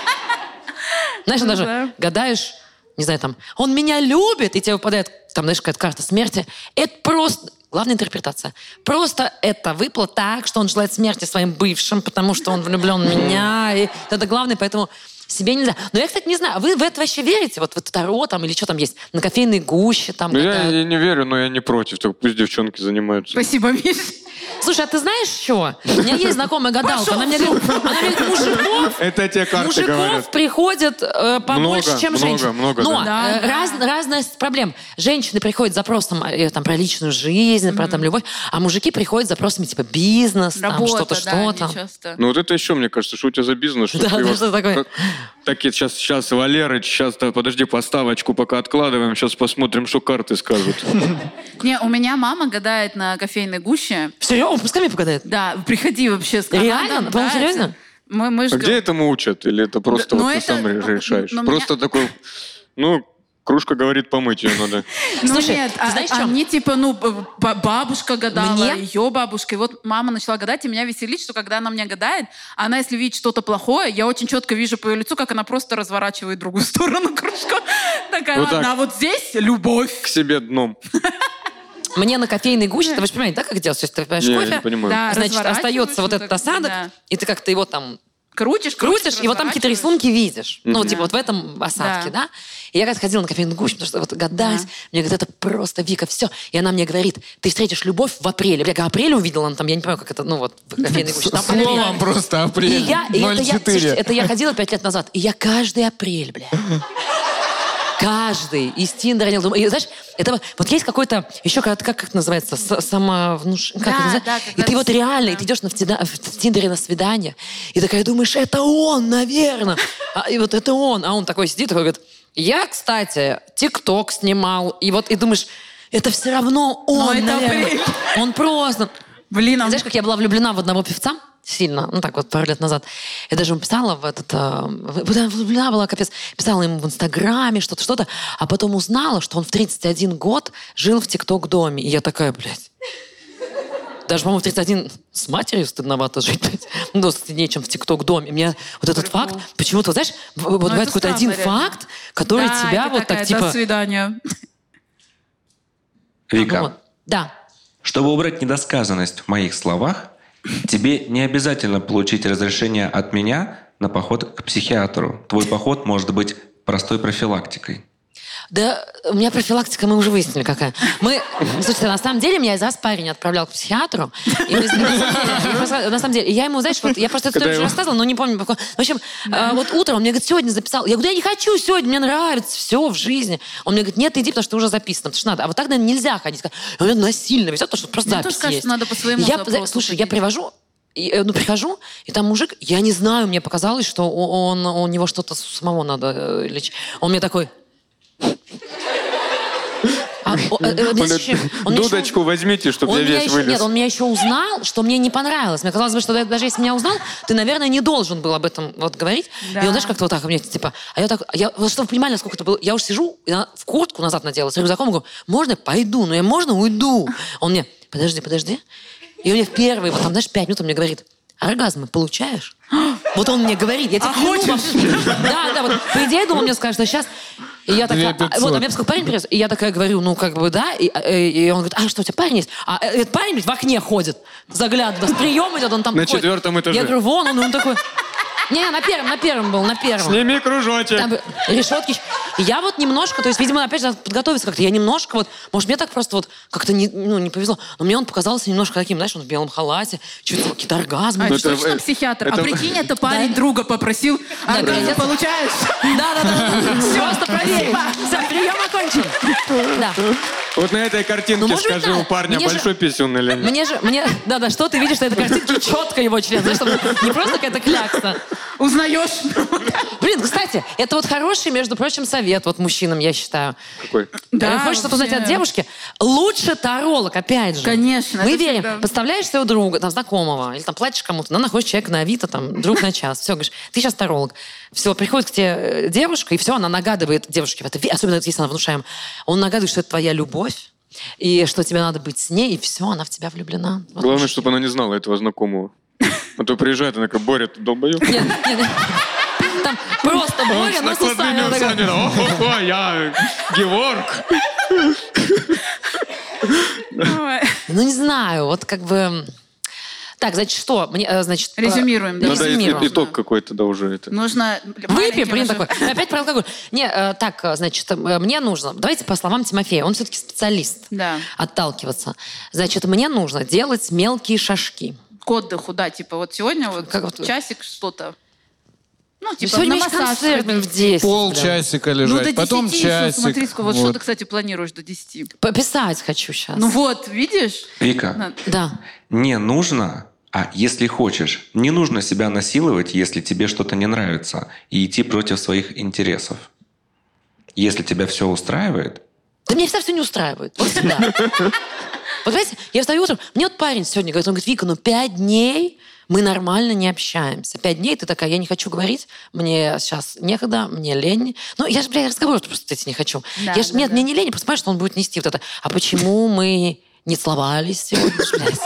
Знаешь, Ну даже да. гадаешь, не знаю, там, он меня любит, и тебе выпадает, там, знаешь, какая-то карта смерти. Это просто... Главная интерпретация. Просто это выпало так, что он желает смерти своим бывшим, потому что он влюблен в меня. И это главное, поэтому себе нельзя. Но я, кстати, не знаю, вы в это вообще верите? Вот в это Таро там или что там есть? На кофейной гуще там. Ну, я, гадают. я не верю, но я не против. Так пусть девчонки занимаются. Спасибо, Миш. Слушай, а ты знаешь что? У меня есть знакомая гадалка. Она мне говорит, она говорит, мужиков Это те карты Мужиков говорят. приходит э, побольше, Много, чем много, женщин. много, Но да. э, Да, раз- да. разная проблем. Женщины приходят с запросом э, там, про личную жизнь, про там, любовь, а мужики приходят с запросами типа бизнес, там, Работа, что-то, да, что-то. они часто. Ну, вот это еще, мне кажется, что у тебя за бизнес. Что Да, ты да, вот что такое? как- Так, и сейчас, сейчас, Валерыч, сейчас, да, подожди, поставочку пока откладываем, сейчас посмотрим, что карты скажут. Не, у меня мама гадает на кофейной гуще. Серьезно? Пускай мне погадает. Да, приходи вообще с Реально? Канадой, По-моему, да, серьезно? это- Мы, мы А ждем. где этому учат? Или это просто Да, вот ну ты это- сам ну, решаешь? ну, Просто такой, ну, кружка говорит, помыть ее надо. Ну Слушай, нет, ты а- знаешь, в чем? они типа, ну, б- б- бабушка гадала, Мне? ее бабушка. И вот мама начала гадать, и меня веселит, что когда она мне гадает, она, если видит что-то плохое, я очень четко вижу по ее лицу, как она просто разворачивает в другую сторону кружку. Такая, Вот ладно, так. а вот здесь любовь. К себе дном. Мне на кофейной гуще, ты вы же понимаете, да, как делать? То есть ты попиваешь Не, я кофе, не понимаю. Да, значит, разворачиваешь остается вот вот этот так, осадок, да. и ты как-то его там Крутишь, крутишь, и вот там какие-то рисунки видишь. Ну, Мгм. типа вот в этом осадке, Да. да? И я как ходила на кофейную гущу, потому что вот гадать, Да. мне говорят, это просто, Вика, все. И она мне говорит, ты встретишь любовь в апреле. Я говорю, апрель увидела, она там, я не понимаю, как это, ну вот, в кофейной гуще. Там апрель. Словом просто И апрель. я, и это ноль я, четыре. слушайте, это я ходила пять лет назад, и я каждый апрель, бля. Каждый из Тиндера. я думаю, и, знаешь, это вот- вот есть какой-то еще как, как это называется, с- самовнуш... как Да, это называется? да, И когда ты вот с- реально, и да. ты идешь на, в, Тида- в Тиндере на свидание, и такая думаешь, это он, наверное. А, и вот это он, а он такой сидит, такой говорит, я, кстати, ТикТок снимал, и вот и думаешь, это все равно он, это наверное. апрель. Он просто. Блин, а Знаешь, как я была влюблена в одного певца? Сильно. Ну, так вот, пару лет назад. Я даже ему писала в этот... Э, влюблена была, капец. Писала ему в Инстаграме что-то, что-то. А потом узнала, что он в тридцать один год жил в ТикТок-доме. И я такая, блядь... Даже, по-моему, в тридцать один с матерью стыдновато жить. Ну, стыднее, чем в ТикТок-доме. Мне вот этот факт... Почему-то, знаешь, вот бывает какой-то один факт, который тебя вот так, типа... До свидания. Вика, Вот. Да. чтобы убрать недосказанность в моих словах, тебе не обязательно получить разрешение от меня на поход к психиатру. Твой поход может быть простой профилактикой. Да, у меня профилактика, мы уже выяснили, какая. Мы, слушайте, на самом деле, меня из раз парень отправлял к психиатру. И мы, на, самом деле, на самом деле, я ему, знаешь, вот, я просто эту историю уже рассказывала, но не помню. В общем, э, вот утром он мне говорит, сегодня записал. Я говорю, я не хочу сегодня, мне нравится все в жизни. Он мне говорит, нет, иди, потому что уже записано, потому что надо. А вот так, наверное, нельзя ходить. Он меня насильно везет, потому что просто Мне запись тоже кажется, есть. что надо по своему я, запросу Слушай, ходить. я привожу, и, ну, прихожу, и там мужик, я не знаю, мне показалось, что он, у него что-то самого надо э, лечить. Он мне такой... А, о, э, э, Он знаешь, говорит, чем? Он мне еще- Дудочку возьмите, чтобы он я меня весь еще, вылез. Нет, он меня еще узнал, что мне не понравилось. Мне казалось бы, что даже если меня узнал, ты, наверное, не должен был об этом вот говорить. Да. И он, знаешь, как-то вот так мне, типа... А я так... Я, вот чтобы вы понимали, насколько это было... Я уж сижу, я в куртку назад надела, с рюкзаком, говорю, можно я пойду? Ну, я можно уйду? Он мне, подожди, подожди. И он мне в первые, вот там, знаешь, пять минут он мне говорит, оргазмы получаешь? Вот он мне говорит, я тебе А клянусь, хочешь? Да, да, вот, по идее, думал, мне скажет, что сейчас... И я такая, две пятьсот. а, вот, а мне сколько парень привез, и я такая говорю, ну, как бы, да, и, и, и он говорит, а что, у тебя парень есть? А э, этот парень, блядь, в окне ходит, заглядывает, с прием идет, он там На ходит. четвертом этаже. Я говорю, вон он, он такой, не, на первом, на первом был, на первом. Сними кружочек. Там решетки. И я вот немножко, то есть, видимо, опять же, надо подготовиться как-то. Я немножко вот, может, мне так просто вот как-то не, ну, не повезло, но мне он показался немножко таким, знаешь, он в белом халате, чуть какие-то оргазмы. А, Ну, это это- точно э, психиатр? это- А прикинь, это парень Да. друга попросил. Оргазм переодеться. получаешь? Да, да, да. Все, просто проверь. Все, прием окончен. Да. Вот на этой картинке Ну, может быть, скажи, да. у парня Мне же- большой писюн или нет? Мне же, мне, да-да, что ты видишь на этой картинке, четко его член, знаешь, чтобы не просто какая-то клякса. Узнаешь? Блин, кстати, это вот хороший, между прочим, совет вот мужчинам, я считаю. Какой? Да, Хочешь что-то узнать вообще. от девушки? Лучше таролог, опять же. Конечно, Мы это верим. всегда. Представляешь своего друга, там, знакомого, или там платишь кому-то, ну, находишь человека на Авито, там, друг на час. Все, говоришь, ты сейчас таролог. Все, приходит к тебе э, девушка, и все, она нагадывает девушке, в это, ве- особенно если она внушаема, он нагадывает, что это твоя любовь, и что тебе надо быть с ней, и все, она в тебя влюблена. Вот Главное, мужчина. чтобы она не знала этого знакомого. А то приезжает, она такая, Боря, ты долбоёб? Нет, нет, нет. Там просто Боря, но с усами. Он такой, О, я Геворг. Ой. ну, не знаю, вот как бы... Так, значит, что? Мне, э, значит, по- Резюмируем, да. Надо и- резюмируем. и- итог какой-то, да, уже это. Нужно... Выпьем, блин, маленьким такой. уже- Опять про алкоголь. Не, э, так, э, значит, э, мне нужно, давайте по словам Тимофея, он все-таки специалист. Да. Отталкиваться. Значит, мне нужно делать мелкие шажки. К отдыху, да, типа вот сегодня вот Как вот- часик что-то. Ну, типа Сегодня на у меня массаж концерт, блин, в сходить. десять. блин. Полчасика Ну, лежать, до потом десяти еще, часик. смотри, сколько. Вот, что вот. ты, кстати, планируешь до десяти? Пописать хочу сейчас. Ну вот, видишь? Вика, На- Да. не нужно, а если хочешь, не нужно себя насиловать, если тебе что-то не нравится, и идти против своих интересов. Если тебя все устраивает, Да меня всегда все не устраивает. Вот всегда. Вот, понимаете, я встаю утром, мне вот парень сегодня говорит, он говорит, Вика, ну пять дней мы нормально не общаемся. Пять дней ты такая, я не хочу говорить, мне сейчас некогда, мне лень. Ну, я же, блядь, разговоры просто эти не хочу. Да, я ж, да, нет, да. мне не лень, просто понимаешь, что он будет нести вот это. А почему мы не целовались сегодня, блядь?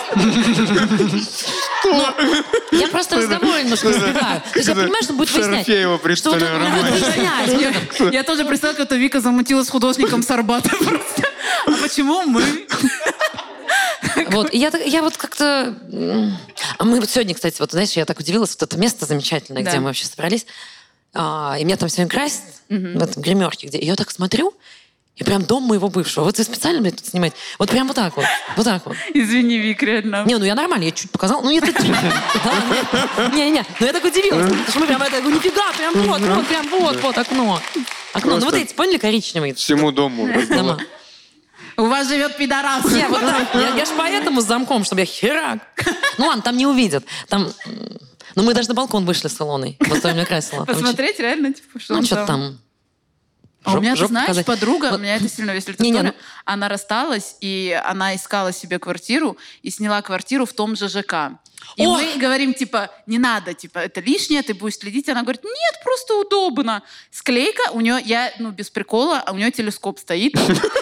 Ну, я просто разговор немножко избегаю. То есть я понимаю, что он будет выяснять. Шарафеева Что вот он представляю, будет выяснять. Я, я тоже представила, как это Вика замутила с художником с Арбата просто. А почему мы? Вот, и я, так- я вот как-то... м, А мы вот сегодня, кстати, вот, знаешь, я так удивилась, вот это место замечательное, Да. где мы вообще собрались. А, и меня там сегодня красят, в этом гримерке, где... И я так смотрю, и прям дом моего бывшего. Вот вы специально, блядь, тут снимаете? Вот прям вот так вот. Вот так вот. Извини, Вик, реально. Не, ну я нормально, я чуть показала. Ну, это... Не-не-не, ну я так удивилась. Потому что мы прям это... говорю, нифига, прям вот, вот, прям вот, вот окно. Окно. Ну вот эти, поняли, коричневые? Всему дому. Дома. У вас живет пидорас. Не, вот так. Я, я ж поэтому с замком, чтобы я херак. Ну ладно, там не увидят. Там... м, Ну, мы даже на балкон вышли с Илоной. Вот то я меня красила. Там Посмотреть реально, типа, что Ну, он что-то там. там. А у Жоп- меня, ты жопу знаешь, показать. подруга, Вот. меня это сильно веселит Не-не, история, ну- она рассталась, и она искала себе квартиру, и сняла квартиру в том же ЖК. И Ох! мы говорим, типа, не надо, типа, это лишнее, ты будешь следить. Она говорит, нет, просто удобно. Склейка, у нее, я, ну, без прикола, а у нее телескоп стоит.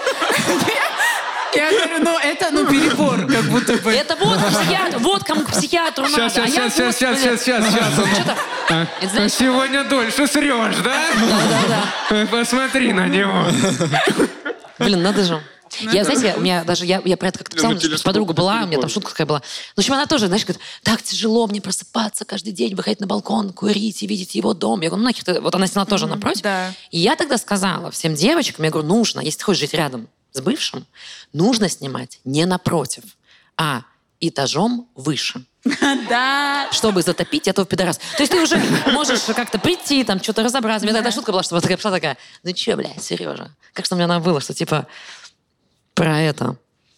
Я говорю, ну, это, ну, перебор, как будто бы. Это вот к психиатру, вот кому к психиатру надо. Сейчас, А я, сейчас, сейчас, сейчас, господи, сейчас, сейчас, сейчас. Что-то... Это знаешь- Сегодня дольше срешь, да? Да-да-да. Посмотри на него. Блин, надо же. Я, знаете, я, у меня даже, я, я про это как-то писала, Ну, что телескоп, подруга была, у меня телефон. там шутка такая была. Ну, в общем, она тоже, знаешь, говорит, так тяжело мне просыпаться каждый день, выходить на балкон, курить и видеть его дом. Я говорю, ну, нахер ты... Вот она сняла тоже напротив. да. И я тогда сказала всем девочкам, я говорю, нужно, если ты хочешь жить рядом с бывшим, нужно снимать не напротив, а этажом выше. Да. Чтобы затопить этого пидораса. То есть ты уже можешь как-то прийти, там, что-то разобраться. У меня тогда шутка была, что вот такая пришла такая, ну че, бля, Сережа? Как что у меня она было, что типа про это.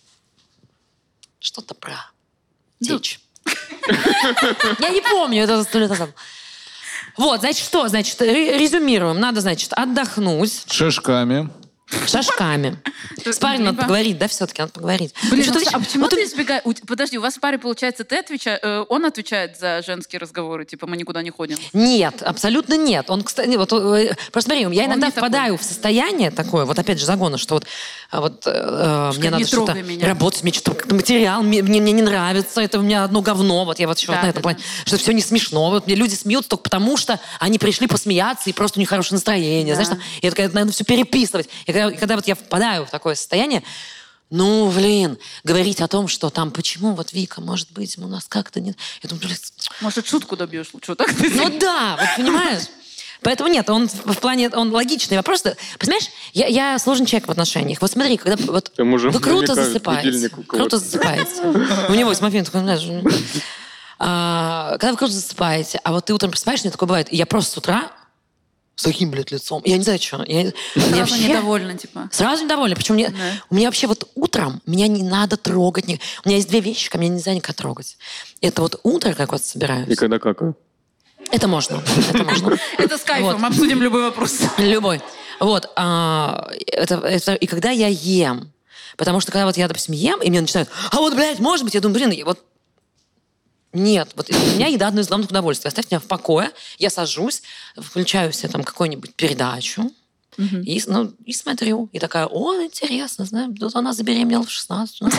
Что-то про течь. Я не помню, это сто лет назад. Вот, значит, что? Значит, ре- резюмируем. Надо, значит, отдохнуть Шашками. шажками. С парнем надо поговорить, да, все-таки надо поговорить. Блин, Что-то а еще- почему вот ты у- избегаешь? У- Подожди, у вас в паре, получается, ты отвечаешь, э, он отвечает за женские разговоры, типа мы никуда не ходим. Нет, абсолютно нет. Он, кстати, вот, э, просто смотри, я иногда не такой. впадаю в состояние такое, вот опять же загона, что вот, а вот э, мне не надо что-то трогай меня. работать, мне что-то как-то материал, мне, мне, мне не нравится, это у меня одно говно, вот я вот еще Да, вот на этом да, плане, что все не смешно, вот мне люди смеются только потому, что они пришли посмеяться и просто у них хорошее настроение, Да. знаешь, там, и я такая, наверное, все переписывать. И когда, и когда вот я впадаю в такое состояние, ну, блин, говорить о том, что там, почему вот Вика, может быть, у нас как-то нет... Я думаю, блин, Может, шутку добьешь лучше, вот так ты ну да, вот понимаешь? Поэтому нет, он в в плане, он логичный вопрос. Понимаешь, я, я сложный человек в отношениях. Вот смотри, когда вот Там уже вы круто намекают, засыпаете, будильник у кого-то. круто засыпаете. У него есть момент, такой, знаешь, а, когда вы круто засыпаете, а вот ты утром просыпаешься, мне такое бывает, и я просто с утра с таким, блядь, лицом, я не знаю, что. Я, мне сразу вообще- недовольна, типа. Сразу недовольна. Причем мне, Да. у меня вообще вот утром меня не надо трогать. ни- У меня есть две вещи, ко мне нельзя никак трогать. Это вот утро, как вот собираюсь. И когда какаю? Это можно. Это можно. Это с кайфом, Вот. обсудим любой вопрос. Любой. Вот. а, это, это- и когда я ем. Потому что когда вот я, допустим, ем, и мне начинают, а вот, блядь, может быть, я думаю, блин, я вот нет, вот у меня еда одно из главных удовольствий. Оставьте меня в покое, я сажусь, включаю себе там какую-нибудь передачу, и, ну, и смотрю. И такая, о, интересно, знаю, вот она забеременела в шестнадцать. Ну,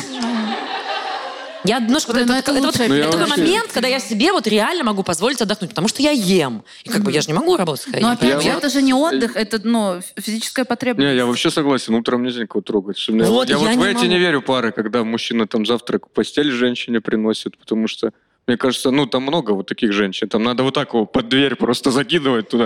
Я немножко... Блин, это, ну это это вот лучшая Ну, я такой вообще- момент, когда я себе вот реально могу позволить отдохнуть, потому что я ем. И как бы я же не могу работать. когда Но я ем. опять же, Я- это же не отдых, это, ну, ф- физическая потребность. Не, я вообще согласен, утром нельзя никого трогать. Особенно- Вот, я, я вот в не эти могу. не верю пары, когда мужчина там завтрак в постель женщине приносит, потому что, мне кажется, ну там много вот таких женщин, там надо вот так его под дверь просто закидывать туда.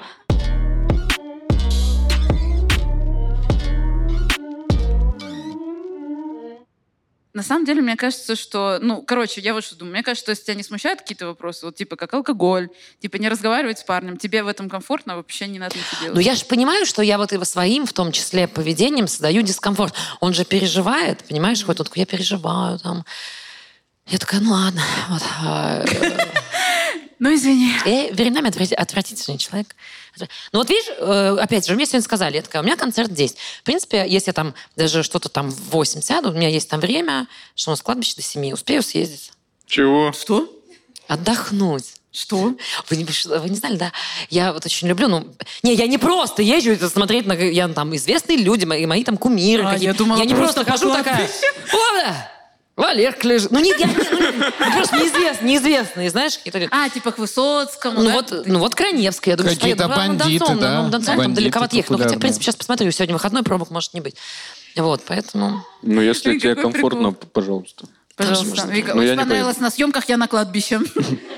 На самом деле, мне кажется, что... Ну, короче, я вот что думаю. Мне кажется, что если тебя не смущают какие-то вопросы, вот типа как алкоголь, типа не разговаривать с парнем, тебе в этом комфортно, вообще не надо ничего делать. Ну, я же понимаю, что я вот его своим, в том числе, поведением создаю дискомфорт. Он же переживает, понимаешь? Вот он такой, я переживаю, там... Я такая, ну ладно. Вот. а, Ну, извини. Я временами отврати- отвратительный человек. Ну вот видишь, э, опять же, мне сегодня сказали, я такая, у меня концерт в десять. В принципе, если я там даже что-то там в восемь сяду, у меня есть там время, что у нас кладбище до семи, успею съездить. Чего? Что? Отдохнуть. Что? Вы не, вы не знали, да? Я вот очень люблю, ну... Не, я не просто езжу это смотреть на... Я там известные люди, мои, мои там кумиры. А, какие-то. я думала, я не просто просто хожу по такая... Ладно, Валерка лежит. Ну нет, я, ну, просто неизвестные, неизвестные, знаешь, какие-то... А, типа к Высоцкому, Ну да? вот, ну вот Краневская, я думаю, что Какие-то поеду. Ну, бандиты, Донцом, да? ну, Донцом там Бандиты далековато ехать. Ну, хотя, в популярные. принципе, сейчас посмотрю. Сегодня выходной, пробок может не быть. Вот, поэтому... Ну, если Какой тебе прикол. комфортно, пожалуйста. Пожалуйста. Там же Вика, Ну, я очень не понравилось на съемках, я на кладбище. Ну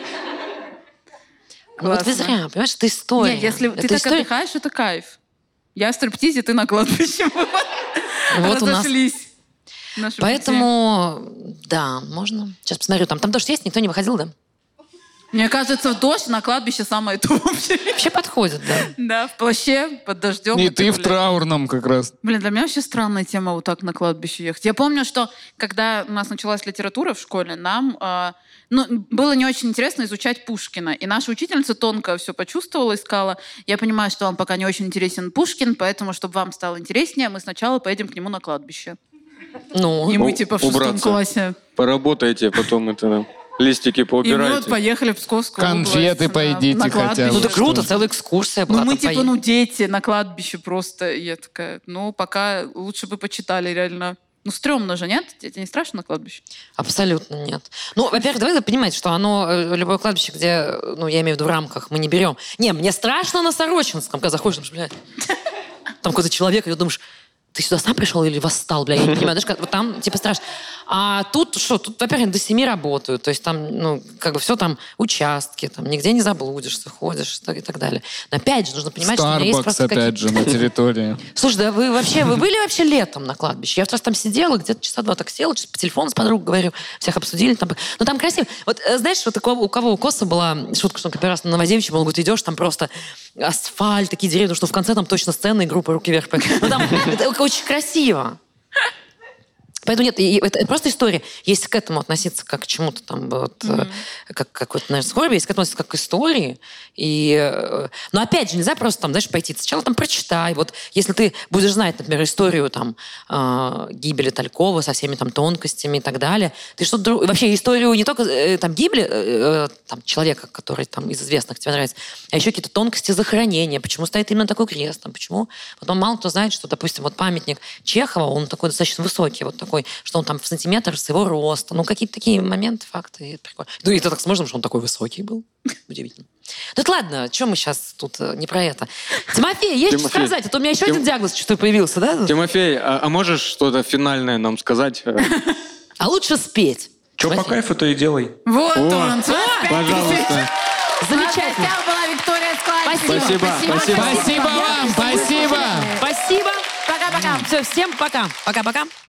вот вы Классно. зря, понимаешь, это история. Нет, если это ты так история... отдыхаешь, это кайф. Я в стриптизе, ты на кладбище. Вот у нас... Разошлись. Наши Поэтому, да, можно. Сейчас посмотрю. Там, там дождь есть, никто не выходил, да? Мне кажется, в дождь на кладбище самое то вообще. Вообще подходит, да. Да, в плаще, под дождем. И это, ты в блин. траурном как раз. Блин, для меня вообще странная тема вот так на кладбище ехать. Я помню, что когда у нас началась литература в школе, нам э, ну, было не очень интересно изучать Пушкина. И наша учительница тонко все почувствовала и сказала, я понимаю, что вам пока не очень интересен Пушкин, поэтому, чтобы вам стало интереснее, мы сначала поедем к нему на кладбище. Ну, И мы У- типа в шестом убраться. классе. Поработайте, потом это... Листики И мы вот поубирайте. поехали в Псковскую Конфеты область, поедите на, на хотя кладбище. бы. ну это круто, Что? целая экскурсия была. Ну, мы там типа, поехали. ну, дети на кладбище просто. И я такая, ну, пока лучше бы почитали реально. Ну, стрёмно же, нет? Тебе не страшно на кладбище? Абсолютно нет. Ну, во-первых, давай понимать, что оно, э, любое кладбище, где, ну, я имею в виду в рамках, мы не берем. Не, мне страшно на Сорочинском, когда заходишь, думаешь, блядь, там какой-то человек, и ты думаешь, ты сюда сам пришел или восстал, бля, я не понимаю. Знаешь, как, вот там, типа, страшно. А тут что? Тут, во-первых, до семи работают. То есть там, ну, как бы все там участки, там нигде не заблудишься, ходишь и так далее. Но опять же, нужно понимать, что у меня есть Starbucks просто опять же на территории. Слушай, да вы вообще, вы были вообще летом на кладбище? Я вот раз там сидела, где-то часа два так села, сейчас по телефону с подругой говорю, всех обсудили. Там... Ну там красиво. Вот э, знаешь, вот у кого, у кого у Коса была шутка, что он первый раз на Новозевичьем, он говорит, идешь, там просто асфальт, такие деревья, что в конце там точно сцена и группа «Руки вверх». Ну там это очень красиво. Поэтому нет, и это просто история. Если к этому относиться как к чему-то там, вот, mm-hmm. как к какой-то, наверное, скорби, если к этому относиться как к истории, и... но опять же, нельзя просто там, знаешь, пойти. Сначала там прочитай. Вот если ты будешь знать, например, историю там э, гибели Талькова со всеми там тонкостями и так далее, ты что-то друг... вообще историю не только э, там гибели э, там, человека, который там из известных тебе нравится, а еще какие-то тонкости захоронения, почему стоит именно такой крест, там, почему... Потом мало кто знает, что, допустим, вот памятник Чехова, он такой достаточно высокий, вот такой, что он там в сантиметр с его роста. Ну, какие-то такие моменты, факты. И это прикольно. Ну, и это так сможем, что он такой высокий был. Удивительно. Ну, это ладно, что мы сейчас тут э, не про это. Тимофей, есть что Тимофей. сказать? А то у меня еще Тим- один диагноз что-то появился, да? Тимофей, а, а можешь что-то финальное нам сказать? А лучше спеть. Че по Тимофей. кайфу, то и делай. Вот О, он. Пожалуйста. Замечательно. была Виктория Складчик. Спасибо. Спасибо, спасибо. Спасибо вам, спасибо. Спасибо. Пока-пока. Все, всем пока. Пока-пока.